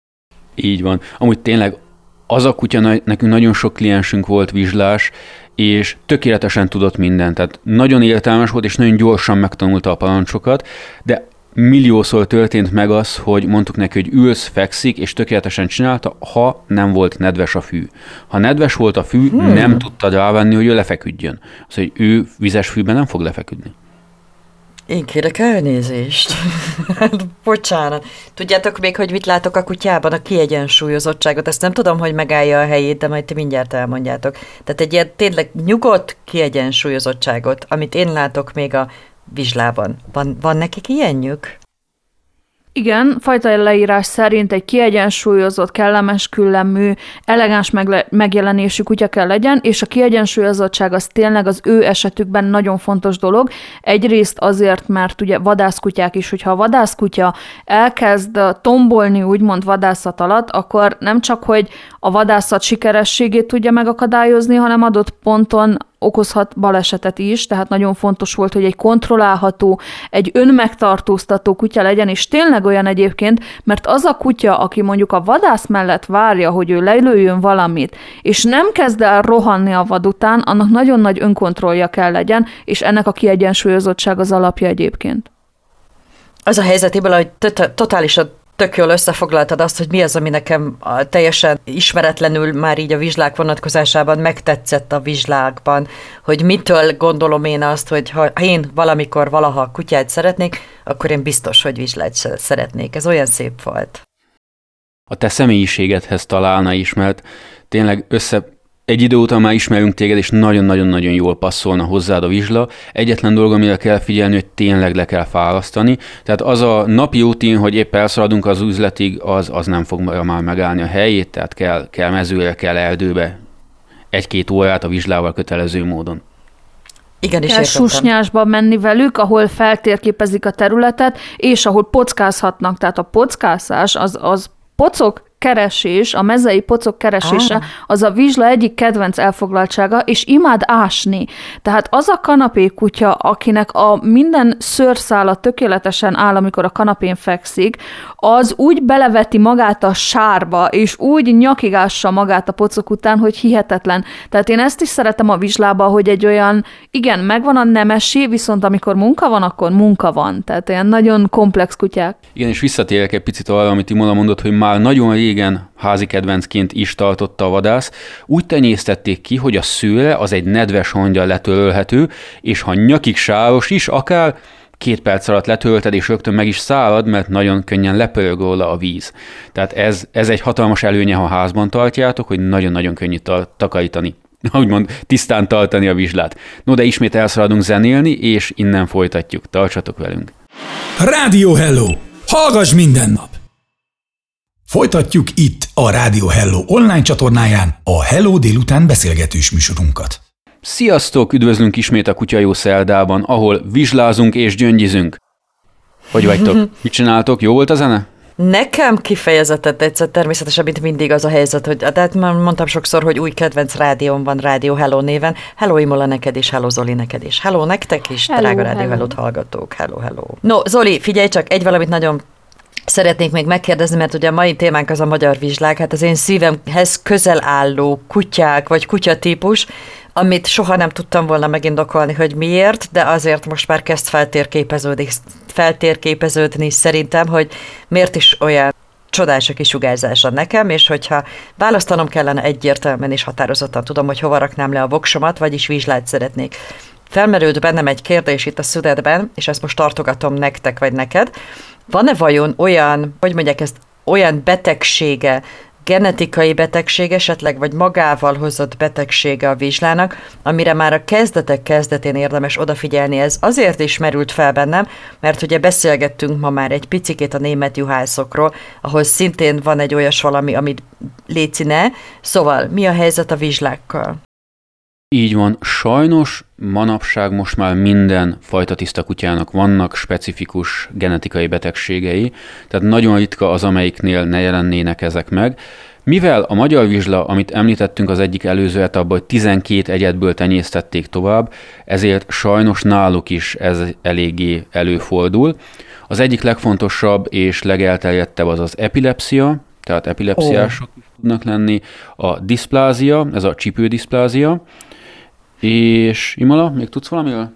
Így van. Amúgy tényleg az a kutya, nekünk nagyon sok kliensünk volt vizslás, és tökéletesen tudott mindent. Tehát nagyon értelmes volt, és nagyon gyorsan megtanulta a parancsokat, de milliószor történt meg az, hogy mondtuk neki, hogy ülsz, fekszik, és tökéletesen csinálta, ha nem volt nedves a fű. Ha nedves volt a fű, hmm. nem tudtad rávenni, hogy ő lefeküdjön. Az, hogy ő vizes fűben nem fog lefeküdni. Én kérek elnézést. Bocsánat. Tudjátok még, hogy mit látok a kutyában? A kiegyensúlyozottságot. Ezt nem tudom, hogy megállja a helyét, de majd ti mindjárt elmondjátok. Tehát egy ilyen tényleg nyugodt kiegyensúlyozottságot, amit én látok még a vizslában. Van, van nekik ilyenjük? Igen, fajta leírás szerint egy kiegyensúlyozott, kellemes küllemű, elegáns megle- megjelenésű kutya kell legyen, és a kiegyensúlyozottság az tényleg az ő esetükben nagyon fontos dolog. Egyrészt azért, mert ugye vadászkutyák is, hogyha a vadászkutya elkezd tombolni, úgymond vadászat alatt, akkor nem csak, hogy a vadászat sikerességét tudja megakadályozni, hanem adott ponton okozhat balesetet is, tehát nagyon fontos volt, hogy egy kontrollálható, egy önmegtartóztató kutya legyen, és tényleg olyan egyébként, mert az a kutya, aki mondjuk a vadász mellett várja, hogy ő lelőjön valamit, és nem kezd el rohanni a vad után, annak nagyon nagy önkontrollja kell legyen, és ennek a kiegyensúlyozottság az alapja egyébként. Az a helyzetéből, hogy totálisan tök jól összefoglaltad azt, hogy mi az, ami nekem teljesen ismeretlenül már így a vizslák vonatkozásában megtetszett a vizslákban, hogy mitől gondolom én azt, hogy ha én valamikor valaha kutyát szeretnék, akkor én biztos, hogy vizslát szeretnék. Ez olyan szép volt. A te személyiségedhez találna is, mert tényleg össze... Egy idő után már ismerünk téged, és nagyon-nagyon-nagyon jól passzolna hozzád a vizsla. Egyetlen dolog, amire kell figyelni, hogy tényleg le kell fárasztani. Tehát az a napi rutin, hogy épp elszaladunk az üzletig, az, az nem fog már megállni a helyét, tehát kell, kell mezőre, kell erdőbe egy-két órát a vizslával kötelező módon. Igen, is kell értettem. susnyásba menni velük, ahol feltérképezik a területet, és ahol pockázhatnak. Tehát a pockászás az, az pocok keresés, a mezei pocok keresése, ah. az a vizsla egyik kedvenc elfoglaltsága, és imád ásni. Tehát az a kanapékutya, akinek a minden szőrszála tökéletesen áll, amikor a kanapén fekszik, az úgy beleveti magát a sárba, és úgy nyakigássa magát a pocok után, hogy hihetetlen. Tehát én ezt is szeretem a vizslába, hogy egy olyan, igen, megvan a nemesi, viszont amikor munka van, akkor munka van. Tehát olyan nagyon komplex kutyák. Igen, és visszatérek egy picit arra, amit Imola mondott, hogy már nagyon régen házi kedvencként is tartotta a vadász. Úgy tenyésztették ki, hogy a szőre az egy nedves hangyal letörölhető, és ha nyakig sáros is, akár két perc alatt letölted, és rögtön meg is szárad, mert nagyon könnyen lepörög róla a víz. Tehát ez, ez egy hatalmas előnye, ha házban tartjátok, hogy nagyon-nagyon könnyű tar- takarítani. Úgymond tisztán tartani a vizslát. No, de ismét elszaladunk zenélni, és innen folytatjuk. Tartsatok velünk! Rádió Hello! Hallgass minden nap! Folytatjuk itt a Rádió Hello online csatornáján a Hello délután beszélgetős műsorunkat. Sziasztok! Üdvözlünk ismét a Kutyajó szerdában, ahol vizslázunk és gyöngyizünk. Hogy vagytok? Mit csináltok? Jó volt a zene? Nekem kifejezetten tetszett, természetesen, mint mindig az a helyzet, hogy tehát már mondtam sokszor, hogy új kedvenc rádión van, Rádió Hello néven. Hello Imola neked is, hello Zoli neked is. Hello nektek is, hello, drága Rádió Hello-t hallgatók. Hello, hello. No, Zoli, figyelj csak, egy valamit nagyon szeretnék még megkérdezni, mert ugye a mai témánk az a magyar vizslák, hát az én szívemhez közel álló kutyák, vagy kutyatípus, amit soha nem tudtam volna megindokolni, hogy miért, de azért most már kezd feltérképeződni, feltérképeződni szerintem, hogy miért is olyan csodás a kisugárzása nekem, és hogyha választanom kellene egyértelműen és határozottan tudom, hogy hova raknám le a voksomat, vagyis vizslát szeretnék. Felmerült bennem egy kérdés itt a szünetben, és ezt most tartogatom nektek vagy neked. Van-e vajon olyan, hogy mondják ezt, olyan betegsége, genetikai betegség esetleg, vagy magával hozott betegsége a vizslának, amire már a kezdetek kezdetén érdemes odafigyelni. Ez azért is merült fel bennem, mert ugye beszélgettünk ma már egy picikét a német juhászokról, ahol szintén van egy olyas valami, amit léci ne. Szóval, mi a helyzet a vizslákkal? Így van. Sajnos manapság most már minden fajta tiszta kutyának vannak specifikus genetikai betegségei, tehát nagyon ritka az, amelyiknél ne jelennének ezek meg. Mivel a magyar vizsla, amit említettünk az egyik előző etapban, hogy tizenkét egyedből tenyésztették tovább, ezért sajnos náluk is ez eléggé előfordul. Az egyik legfontosabb és legelterjedtebb az az epilepszia, tehát epilepsziások is tudnak lenni, a diszplázia, ez a csípődiszplázia, és Imola, még tudsz valamiről?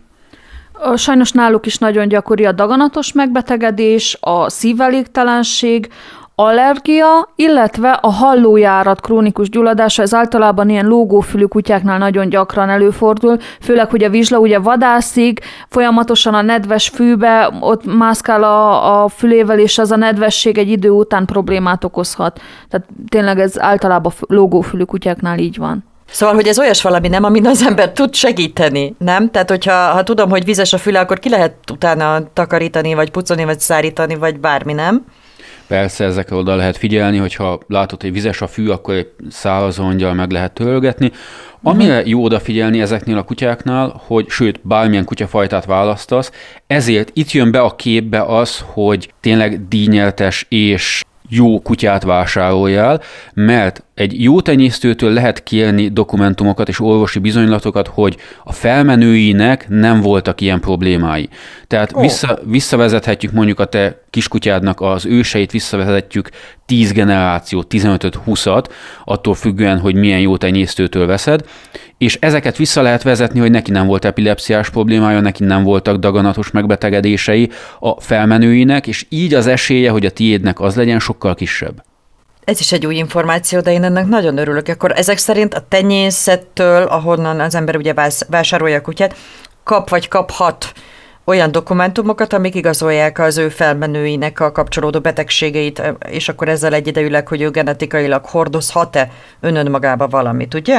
Sajnos náluk is nagyon gyakori a daganatos megbetegedés, a szívelégtelenség, allergia, illetve a hallójárat krónikus gyulladása, ez általában ilyen lógófülű kutyáknál nagyon gyakran előfordul, főleg, hogy a vizsla ugye vadászik, folyamatosan a nedves fűbe ott mászkál a, a fülével, és az a nedvesség egy idő után problémát okozhat. Tehát tényleg ez általában lógófülű kutyáknál így van. Szóval, hogy ez olyas valami, nem, amin az ember tud segíteni, nem? Tehát, hogyha ha tudom, hogy vizes a füle, akkor ki lehet utána takarítani, vagy pucolni, vagy szárítani, vagy bármi, nem? Persze, ezekre oda lehet figyelni, hogyha látod, hogy vizes a fű, akkor egy szárazongyal meg lehet törölgetni. Amire uh-huh. jó odafigyelni ezeknél a kutyáknál, hogy sőt, bármilyen kutyafajtát választasz, ezért itt jön be a képbe az, hogy tényleg díjnyertes és jó kutyát vásároljál, mert egy jó tenyésztőtől lehet kérni dokumentumokat és orvosi bizonylatokat, hogy a felmenőinek nem voltak ilyen problémái. Tehát oh. vissza, visszavezethetjük mondjuk a te kiskutyádnak az őseit, visszavezetjük tíz generációt, tizenötöt, húszat, attól függően, hogy milyen jó tenyésztőtől veszed, és ezeket vissza lehet vezetni, hogy neki nem volt epilepsziás problémája, neki nem voltak daganatos megbetegedései a felmenőinek, és így az esélye, hogy a tiédnek az legyen, sokkal kisebb. Ez is egy új információ, de én ennek nagyon örülök. Akkor ezek szerint a tenyészettől, ahonnan az ember ugye vásárolja a kutyát, kap vagy kaphat olyan dokumentumokat, amik igazolják az ő felmenőinek a kapcsolódó betegségeit, és akkor ezzel egyidejűleg, hogy ő genetikailag hordozhat-e önön magába valamit, ugye?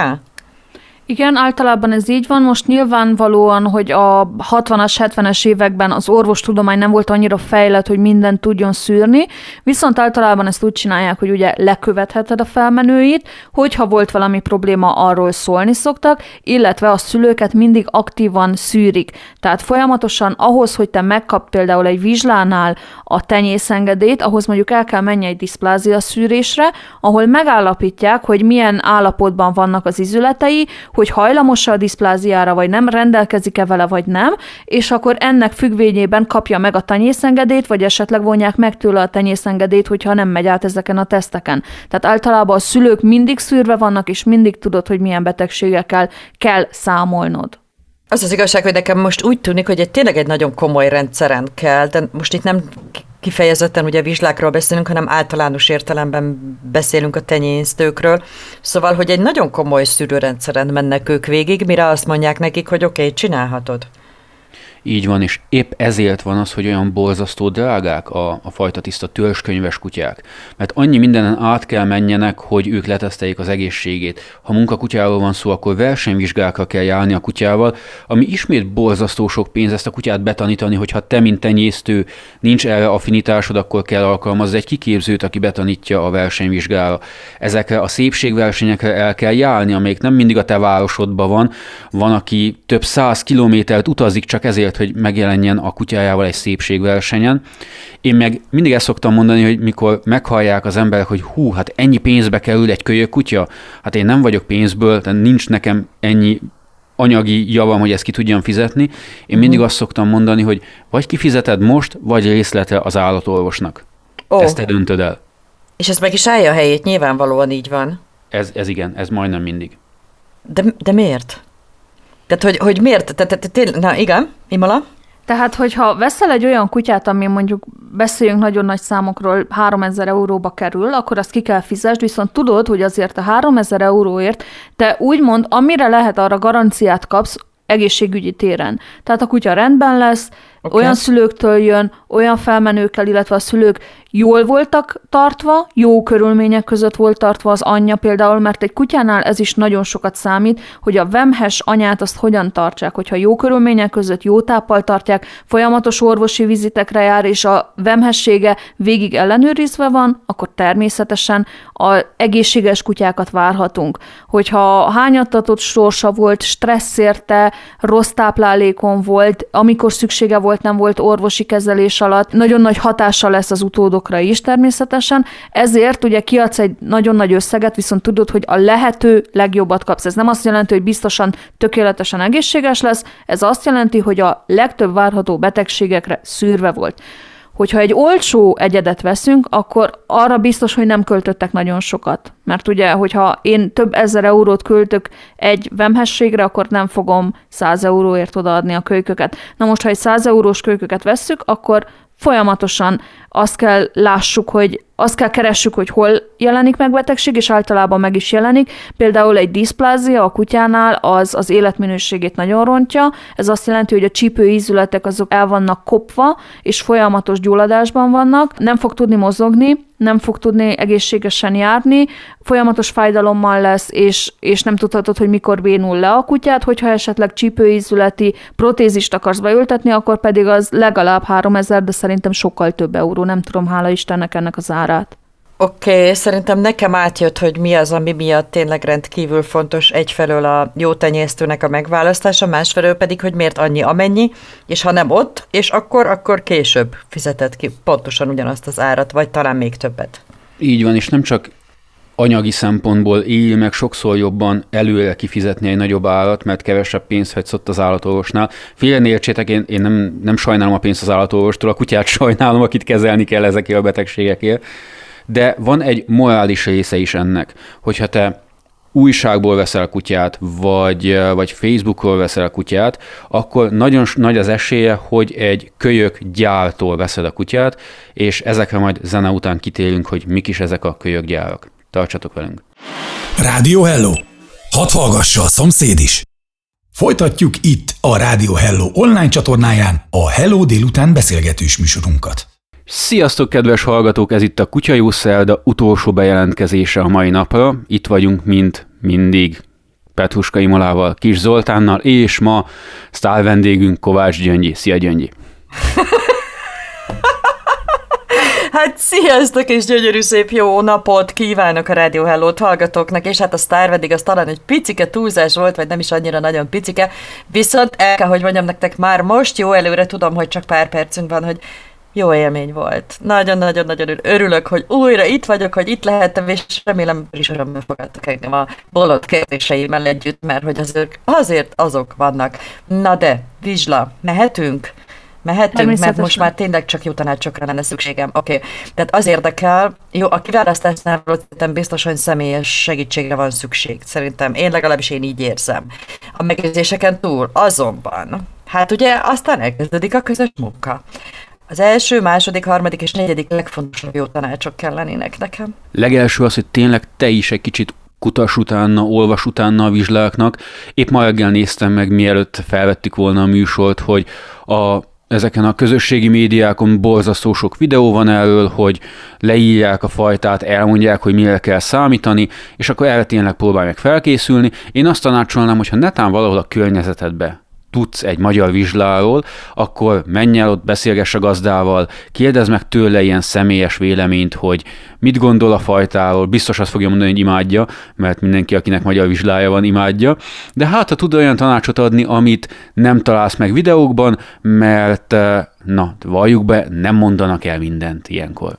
Igen, általában ez így van. Most nyilvánvalóan, hogy a hatvanas, hetvenes években az orvostudomány nem volt annyira fejlett, hogy mindent tudjon szűrni, viszont általában ezt úgy csinálják, hogy ugye lekövetheted a felmenőit, hogyha volt valami probléma, arról szólni szoktak, illetve a szülőket mindig aktívan szűrik. Tehát folyamatosan ahhoz, hogy te megkap például egy vizslánál a tenyészengedélyt, ahhoz mondjuk el kell menni egy diszplázia szűrésre, ahol megállapítják, hogy milyen állapotban vannak az izületei, hogy hajlamos a diszpláziára, vagy nem, rendelkezik-e vele, vagy nem, és akkor ennek függvényében kapja meg a tenyészengedélyt, vagy esetleg vonják meg tőle a tenyészengedélyt, hogyha nem megy át ezeken a teszteken. Tehát általában a szülők mindig szűrve vannak, és mindig tudod, hogy milyen betegségekkel kell számolnod. Az az igazság, hogy nekem most úgy tűnik, hogy egy tényleg egy nagyon komoly rendszeren kell, de most itt nem kifejezetten ugye vizslákról beszélünk, hanem általános értelemben beszélünk a tenyésztőkről. Szóval, hogy egy nagyon komoly szűrőrendszeren mennek ők végig, mire azt mondják nekik, hogy oké, okay, csinálhatod. Így van, és épp ezért van az, hogy olyan borzasztó drágák a, a fajta tiszta törzskönyves kutyák. Mert annyi mindenen át kell menjenek, hogy ők leteszteljék az egészségét. Ha munkakutyáról van szó, akkor versenyvizsgákra kell járni a kutyával, ami ismét borzasztó sok pénz ezt a kutyát betanítani, hogyha te, mint tenyésztő, nincs erre affinitásod, akkor kell alkalmazni egy kiképzőt, aki betanítja a versenyvizsgára. Ezekre a szépségversenyekre el kell járni, amelyik nem mindig a te városodban van. Van, aki több száz kilométert utazik csak ezért, hogy megjelenjen a kutyájával egy szépségversenyen. Én meg mindig ezt szoktam mondani, hogy mikor meghallják az emberek, hogy hú, hát ennyi pénzbe kerül egy kölyök kutya, hát én nem vagyok pénzből, tehát nincs nekem ennyi anyagi javam, hogy ezt ki tudjam fizetni. Én mindig azt szoktam mondani, hogy vagy kifizeted most, vagy részletre az állatorvosnak. Oh. Ezt te döntöd el. És ez meg is állja a helyét, nyilvánvalóan így van. Ez, ez igen, ez majdnem mindig. De, de miért? Tehát, hogy, hogy miért? Te, te, te, te, na igen, Imola? Tehát, hogyha veszel egy olyan kutyát, ami mondjuk beszéljünk nagyon nagy számokról, háromezer euróba kerül, akkor azt ki kell fizesd, viszont tudod, hogy azért a háromezer euróért te úgymond, amire lehet, arra garanciát kapsz egészségügyi téren. Tehát a kutya rendben lesz, okay. Olyan szülőktől jön, olyan felmenőkkel, illetve a szülők jól voltak tartva, jó körülmények között volt tartva az anyja például, mert egy kutyánál ez is nagyon sokat számít, hogy a vemhes anyát azt hogyan tartsák, hogyha jó körülmények között jó táppal tartják, folyamatos orvosi vizitekre jár, és a vemhessége végig ellenőrizve van, akkor természetesen az egészséges kutyákat várhatunk. Hogyha hányattatott sorsa volt, stressz érte, rossz táplálékon volt, amikor szüksége volt, nem volt orvosi kezelés alatt, nagyon nagy hatással lesz az utódokra is természetesen, ezért ugye kiadsz egy nagyon nagy összeget, viszont tudod, hogy a lehető legjobbat kapsz. Ez nem azt jelenti, hogy biztosan tökéletesen egészséges lesz, ez azt jelenti, hogy a legtöbb várható betegségekre szűrve volt. Hogyha egy olcsó egyedet veszünk, akkor arra biztos, hogy nem költöttek nagyon sokat. Mert ugye, hogyha én több ezer eurót költök egy vemhességre, akkor nem fogom száz euróért odaadni a kölyköket. Na most, ha egy száz eurós kölyköket vesszük, akkor folyamatosan azt kell lássuk, hogy azt kell keressük, hogy hol jelenik meg betegség, és általában meg is jelenik. Például egy diszplázia a kutyánál az az életminőségét nagyon rontja. Ez azt jelenti, hogy a csípőízületek azok el vannak kopva, és folyamatos gyulladásban vannak. Nem fog tudni mozogni, nem fog tudni egészségesen járni, folyamatos fájdalommal lesz, és, és nem tudhatod, hogy mikor bénul le a kutyát, hogyha esetleg csípőízületi protézist akarsz beültetni, akkor pedig az legalább háromezer, de szerintem sokkal több euró, nem tudom, hála Istennek ennek az árát. Oké, okay, szerintem nekem átjött, hogy mi az, ami miatt tényleg rendkívül fontos egyfelől a jó tenyésztőnek a megválasztása, másfelől pedig, hogy miért annyi amennyi, és ha nem ott, és akkor, akkor később fizeted ki pontosan ugyanazt az árat, vagy talán még többet. Így van, és nem csak anyagi szempontból él meg sokszor jobban előre kifizetni egy nagyobb állat, mert kevesebb pénzt hagysz ott az állatorvosnál. Félre ne értsétek, én, én nem, nem sajnálom a pénzt az állatorvostól, a kutyát sajnálom, akit kezelni kell ezekért a betegségekért. De van egy morális része is ennek, hogyha te újságból veszel kutyát, vagy, vagy Facebookról veszel kutyát, akkor nagyon nagy az esélye, hogy egy kölyök gyártól veszed a kutyát, és ezekre majd zene után kitérünk, hogy mik is ezek a kölyökgyárak. Tartsatok velünk! Rádió Hello! Hadd hallgassa a szomszéd is! Folytatjuk itt a Rádió Hello online csatornáján a Hello délután beszélgetős műsorunkat. Sziasztok, kedves hallgatók! Ez itt a Kutya Jó Szerda utolsó bejelentkezése a mai napra. Itt vagyunk, mint mindig, Petruska Imolával, Kis Zoltánnal, és ma sztár vendégünk Kovács Gyöngyi. Szia, Gyöngyi! Hát sziasztok, és gyönyörű szép jó napot kívánok a Rádió Hellót hallgatóknak, és hát a sztár vendég az talán egy picike túlzás volt, vagy nem is annyira nagyon picike, viszont el kell, hogy mondjam nektek már most, jó előre tudom, hogy csak pár percünk van, hogy jó élmény volt. Nagyon-nagyon-nagyon örülök, hogy újra itt vagyok, hogy itt lehettem, és remélem, is örömmel fogadtak engem a bolond kérdéseimmel együtt, mert hogy azért, azért azok vannak. Na de, Vizsla, mehetünk? Mehetünk, mert most már tényleg csak jó tanácsokra lenne szükségem. Oké, okay. Tehát az érdekel, jó, a kiválasztásnál szerintem biztos, hogy személyes segítségre van szükség. Szerintem én legalábbis én így érzem. A megjegyzéseken túl azonban, hát ugye aztán elkezdődik a közös munka. Az első, második, harmadik és negyedik legfontosabb jó tanácsok kellenének nekem. Legelső az, hogy tényleg te is egy kicsit kutass utána, olvas utána a vizsláknak. Épp ma reggel néztem meg, mielőtt felvettük volna a műsort, hogy a ezeken a közösségi médiákon borzasztó sok videó van erről, hogy leírják a fajtát, elmondják, hogy mire kell számítani, és akkor erre tényleg próbálj meg felkészülni. Én azt tanácsolnám, hogyha netán valahol a környezetedbe tudsz egy magyar vizsláról, akkor menj el ott, beszélgess a gazdával, kérdezz meg tőle ilyen személyes véleményt, hogy mit gondol a fajtáról, biztos azt fogja mondani, hogy imádja, mert mindenki, akinek magyar vizslája van, imádja, de hát ha tud olyan tanácsot adni, amit nem találsz meg videókban, mert na, valljuk be, nem mondanak el mindent ilyenkor.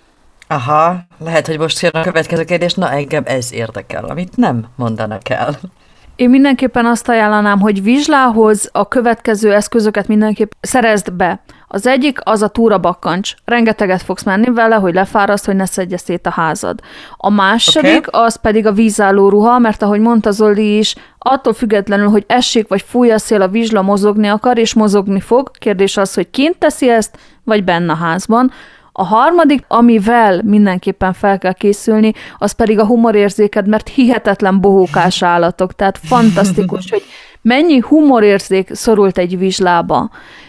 Aha, lehet, hogy most jön a következő kérdés, na engem ez érdekel, amit nem mondanak el. Én mindenképpen azt ajánlanám, hogy vizslához a következő eszközöket mindenképp szerezd be. Az egyik az a túrabakkancs. Rengeteget fogsz menni vele, hogy lefáraszt, hogy ne szedje szét a házad. A második okay. az pedig a vízálló ruha, mert ahogy mondta Zoli is, attól függetlenül, hogy essék vagy fúj a szél, a vizsla mozogni akar, és mozogni fog. Kérdés az, hogy kint teszi ezt, vagy benne a házban. A harmadik, amivel mindenképpen fel kell készülni, az pedig a humorérzéked, mert hihetetlen bohókás állatok, tehát fantasztikus, hogy mennyi humorérzék szorult egy vizslába.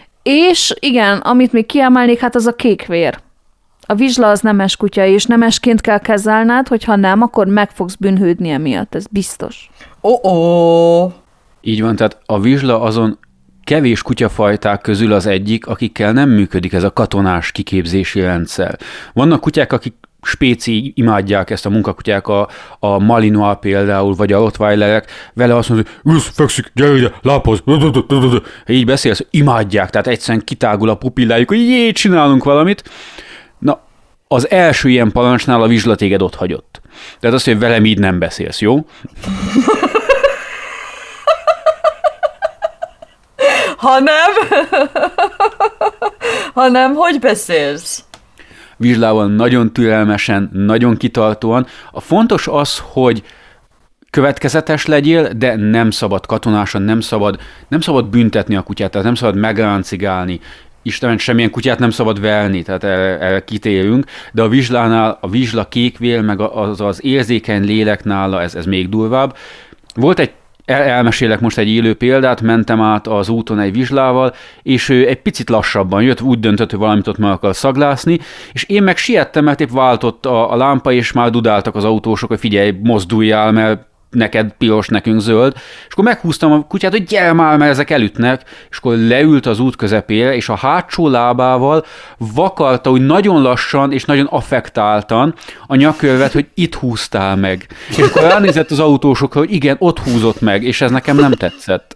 És igen, amit még kiemelnék, hát az a kékvér. A vizsla az nemes kutya, és nemesként kell kezelned, hogyha nem, akkor meg fogsz bűnhődni emiatt, ez biztos. Oh-oh. Így van, tehát a vizsla azon kevés kutyafajták közül az egyik, akikkel nem működik ez a katonás kiképzési rendszer. Vannak kutyák, akik spéci imádják ezt a munkakutyák, a, a Malinois például, vagy a Rottweilerek, vele azt mondja, hogy ülsz, fekszik, gyere ide, lápoz, így beszélsz, imádják, tehát egyszerűen kitágul a pupillájuk, hogy jé, csinálunk valamit. Na, az első ilyen parancsnál a vizsla téged ott hagyott. Tehát azt, hogy velem így nem beszélsz, jó? Ha nem, ha nem, hogy beszélsz? Vizslával nagyon türelmesen, nagyon kitartóan. A fontos az, hogy következetes legyél, de nem szabad katonásan, nem szabad, nem szabad büntetni a kutyát, tehát nem szabad megráncigálni. Istenem, semmilyen kutyát nem szabad velni, tehát erre, erre kitérünk, de a vizslánál a vizsla kékvél, meg az az érzékeny lélek nála, ez, ez még durvább. Volt egy El, elmesélek most egy élő példát, mentem át az úton egy vizslával, és ő egy picit lassabban jött, úgy döntött, hogy valamit ott meg akar szaglászni, és én meg siettem, mert épp váltott a, a lámpa, és már dudáltak az autósok, hogy figyelj, mozduljál, mert neked piros, nekünk zöld, és akkor meghúztam a kutyát, hogy gyere már, mert ezek elütnek, és akkor leült az út közepére, és a hátsó lábával vakarta úgy nagyon lassan és nagyon affektáltan a nyakörvet, hogy itt húztál meg. És akkor ránézett az autósokra, hogy igen, ott húzott meg, és ez nekem nem tetszett.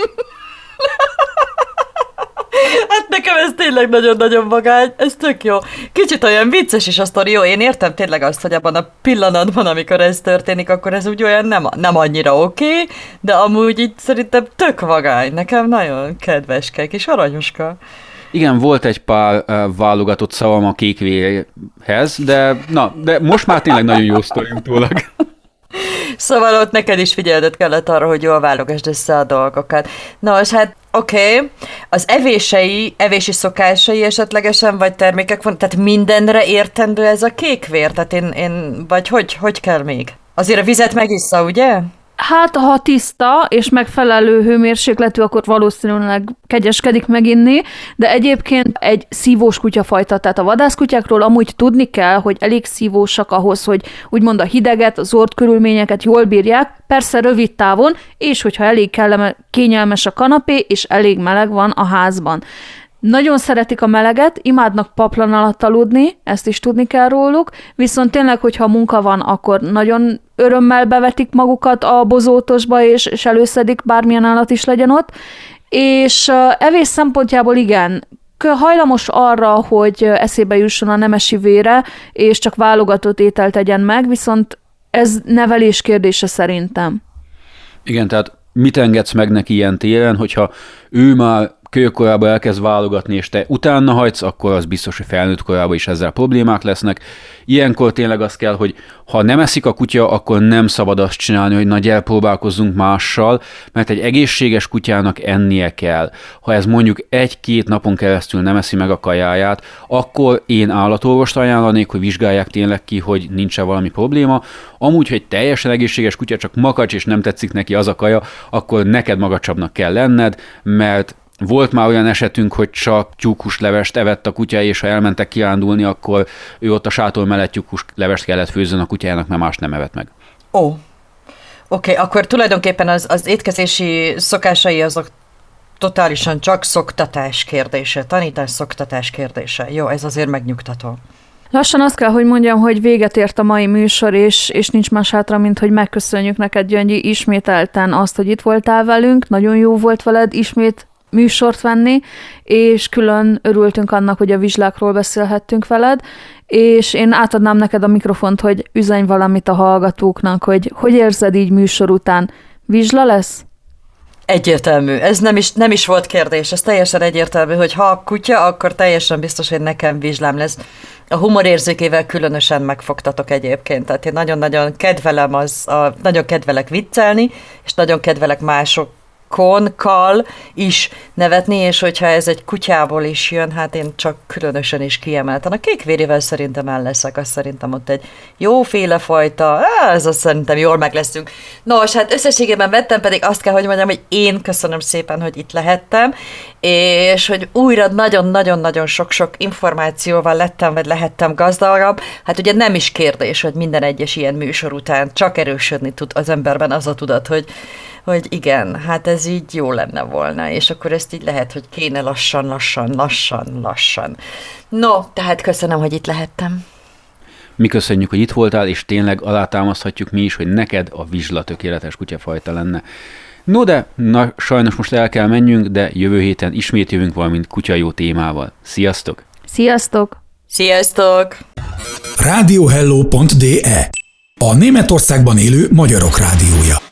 Hát nekem ez tényleg nagyon-nagyon vagány, ez tök jó. Kicsit olyan vicces is a sztori, jó, én értem tényleg azt, hogy abban a pillanatban, amikor ez történik, akkor ez úgy olyan nem, nem annyira oké, okay, de amúgy itt szerintem tök vagány, nekem nagyon kedveske, kis aranyoska. Igen, volt egy pár uh, válogatott szavam a kékvérhez, de, na, de most már tényleg nagyon jó sztori utólag. Szóval ott neked is figyelned kellett arra, hogy jól válogasd össze a dolgokat. Na, és hát oké, okay. Az evései, evési szokásai esetlegesen, vagy termékek van, tehát mindenre értendő ez a kékvér? Tehát én, én vagy hogy, hogy kell még? Azért a vizet megissza, ugye? Hát, ha tiszta és megfelelő hőmérsékletű, akkor valószínűleg kegyeskedik meginni, de egyébként egy szívós kutyafajta, tehát a vadászkutyákról amúgy tudni kell, hogy elég szívósak ahhoz, hogy úgymond a hideget, az ort körülményeket jól bírják, persze rövid távon, és hogyha elég kellene, kényelmes a kanapé, és elég meleg van a házban. Nagyon szeretik a meleget, imádnak paplan alatt aludni, ezt is tudni kell róluk, viszont tényleg, hogyha munka van, akkor nagyon örömmel bevetik magukat a bozótosba, és, és előszedik, bármilyen állat is legyen ott, és evés szempontjából igen, hajlamos arra, hogy eszébe jusson a nemesi vére, és csak válogatott ételt tegyen meg, viszont ez nevelés kérdése szerintem. Igen, tehát mit engedsz meg neki ilyen téren, hogyha ő már kölyökkorában elkezd válogatni, és te utána hagysz, akkor az biztos, hogy felnőtt korában is ezzel problémák lesznek. Ilyenkor tényleg az kell, hogy ha nem eszik a kutya, akkor nem szabad azt csinálni, hogy nagy elpróbálkozzunk mással, mert egy egészséges kutyának ennie kell. Ha ez mondjuk egy-két napon keresztül nem eszi meg a kajáját, akkor én állatorvost ajánlanék, hogy vizsgálják tényleg ki, hogy nincs-e valami probléma. Amúgy, hogy teljesen egészséges kutya, csak makacs, és nem tetszik neki az a kaja, akkor neked magacsabbnak kell lenned, mert volt már olyan esetünk, hogy csak tyúkuslevest evett a kutya, és ha elmentek kirándulni, akkor ő ott a sátor mellett tyúkuslevest kellett főzzön a kutyának, mert más nem evett meg. Ó, oké, okay, akkor tulajdonképpen az, az étkezési szokásai azok totálisan csak szoktatás kérdése, tanítás szoktatás kérdése. Jó, ez azért megnyugtató. Lassan azt kell, hogy mondjam, hogy véget ért a mai műsor, és, és nincs más hátra, mint hogy megköszönjük neked, Gyöngyi, ismételten azt, hogy itt voltál velünk. Nagyon jó volt veled ismét műsort venni, és külön örültünk annak, hogy a vizslákról beszélhettünk veled, és én átadnám neked a mikrofont, hogy üzenj valamit a hallgatóknak, hogy hogy érzed így műsor után. Vizsla lesz? Egyértelmű. Ez nem is, nem is volt kérdés. Ez teljesen egyértelmű, hogy ha a kutya, akkor teljesen biztos, hogy nekem vizslám lesz. A humorérzékével különösen megfogtatok egyébként. Tehát én nagyon-nagyon kedvelem az, a, nagyon kedvelek viccelni, és nagyon kedvelek mások konkkal is nevetni, és hogyha ez egy kutyából is jön, hát én csak különösen is kiemelten. A kékvérével szerintem el leszek, azt szerintem ott egy jóféle fajta, ez azt szerintem jól meg leszünk. Nos, hát összességében vettem, pedig azt kell, hogy mondjam, hogy én köszönöm szépen, hogy itt lehettem, és hogy újra nagyon-nagyon-nagyon sok-sok információval lettem, vagy lehettem gazdagabb. Hát ugye nem is kérdés, hogy minden egyes ilyen műsor után csak erősödni tud az emberben az a tudat, hogy hogy igen, hát ez így jó lenne volna, és akkor ezt így lehet, hogy kéne lassan, lassan, lassan, lassan. No, tehát köszönöm, hogy itt lehettem. Mi köszönjük, hogy itt voltál, és tényleg alátámaszthatjuk mi is, hogy neked a vizsla tökéletes kutyafajta lenne. No de, na, sajnos most el kell menjünk, de jövő héten ismét jövünk valamint kutyajó témával. Sziasztok! Sziasztok! Sziasztok! radiohello pont de a Németországban élő magyarok rádiója.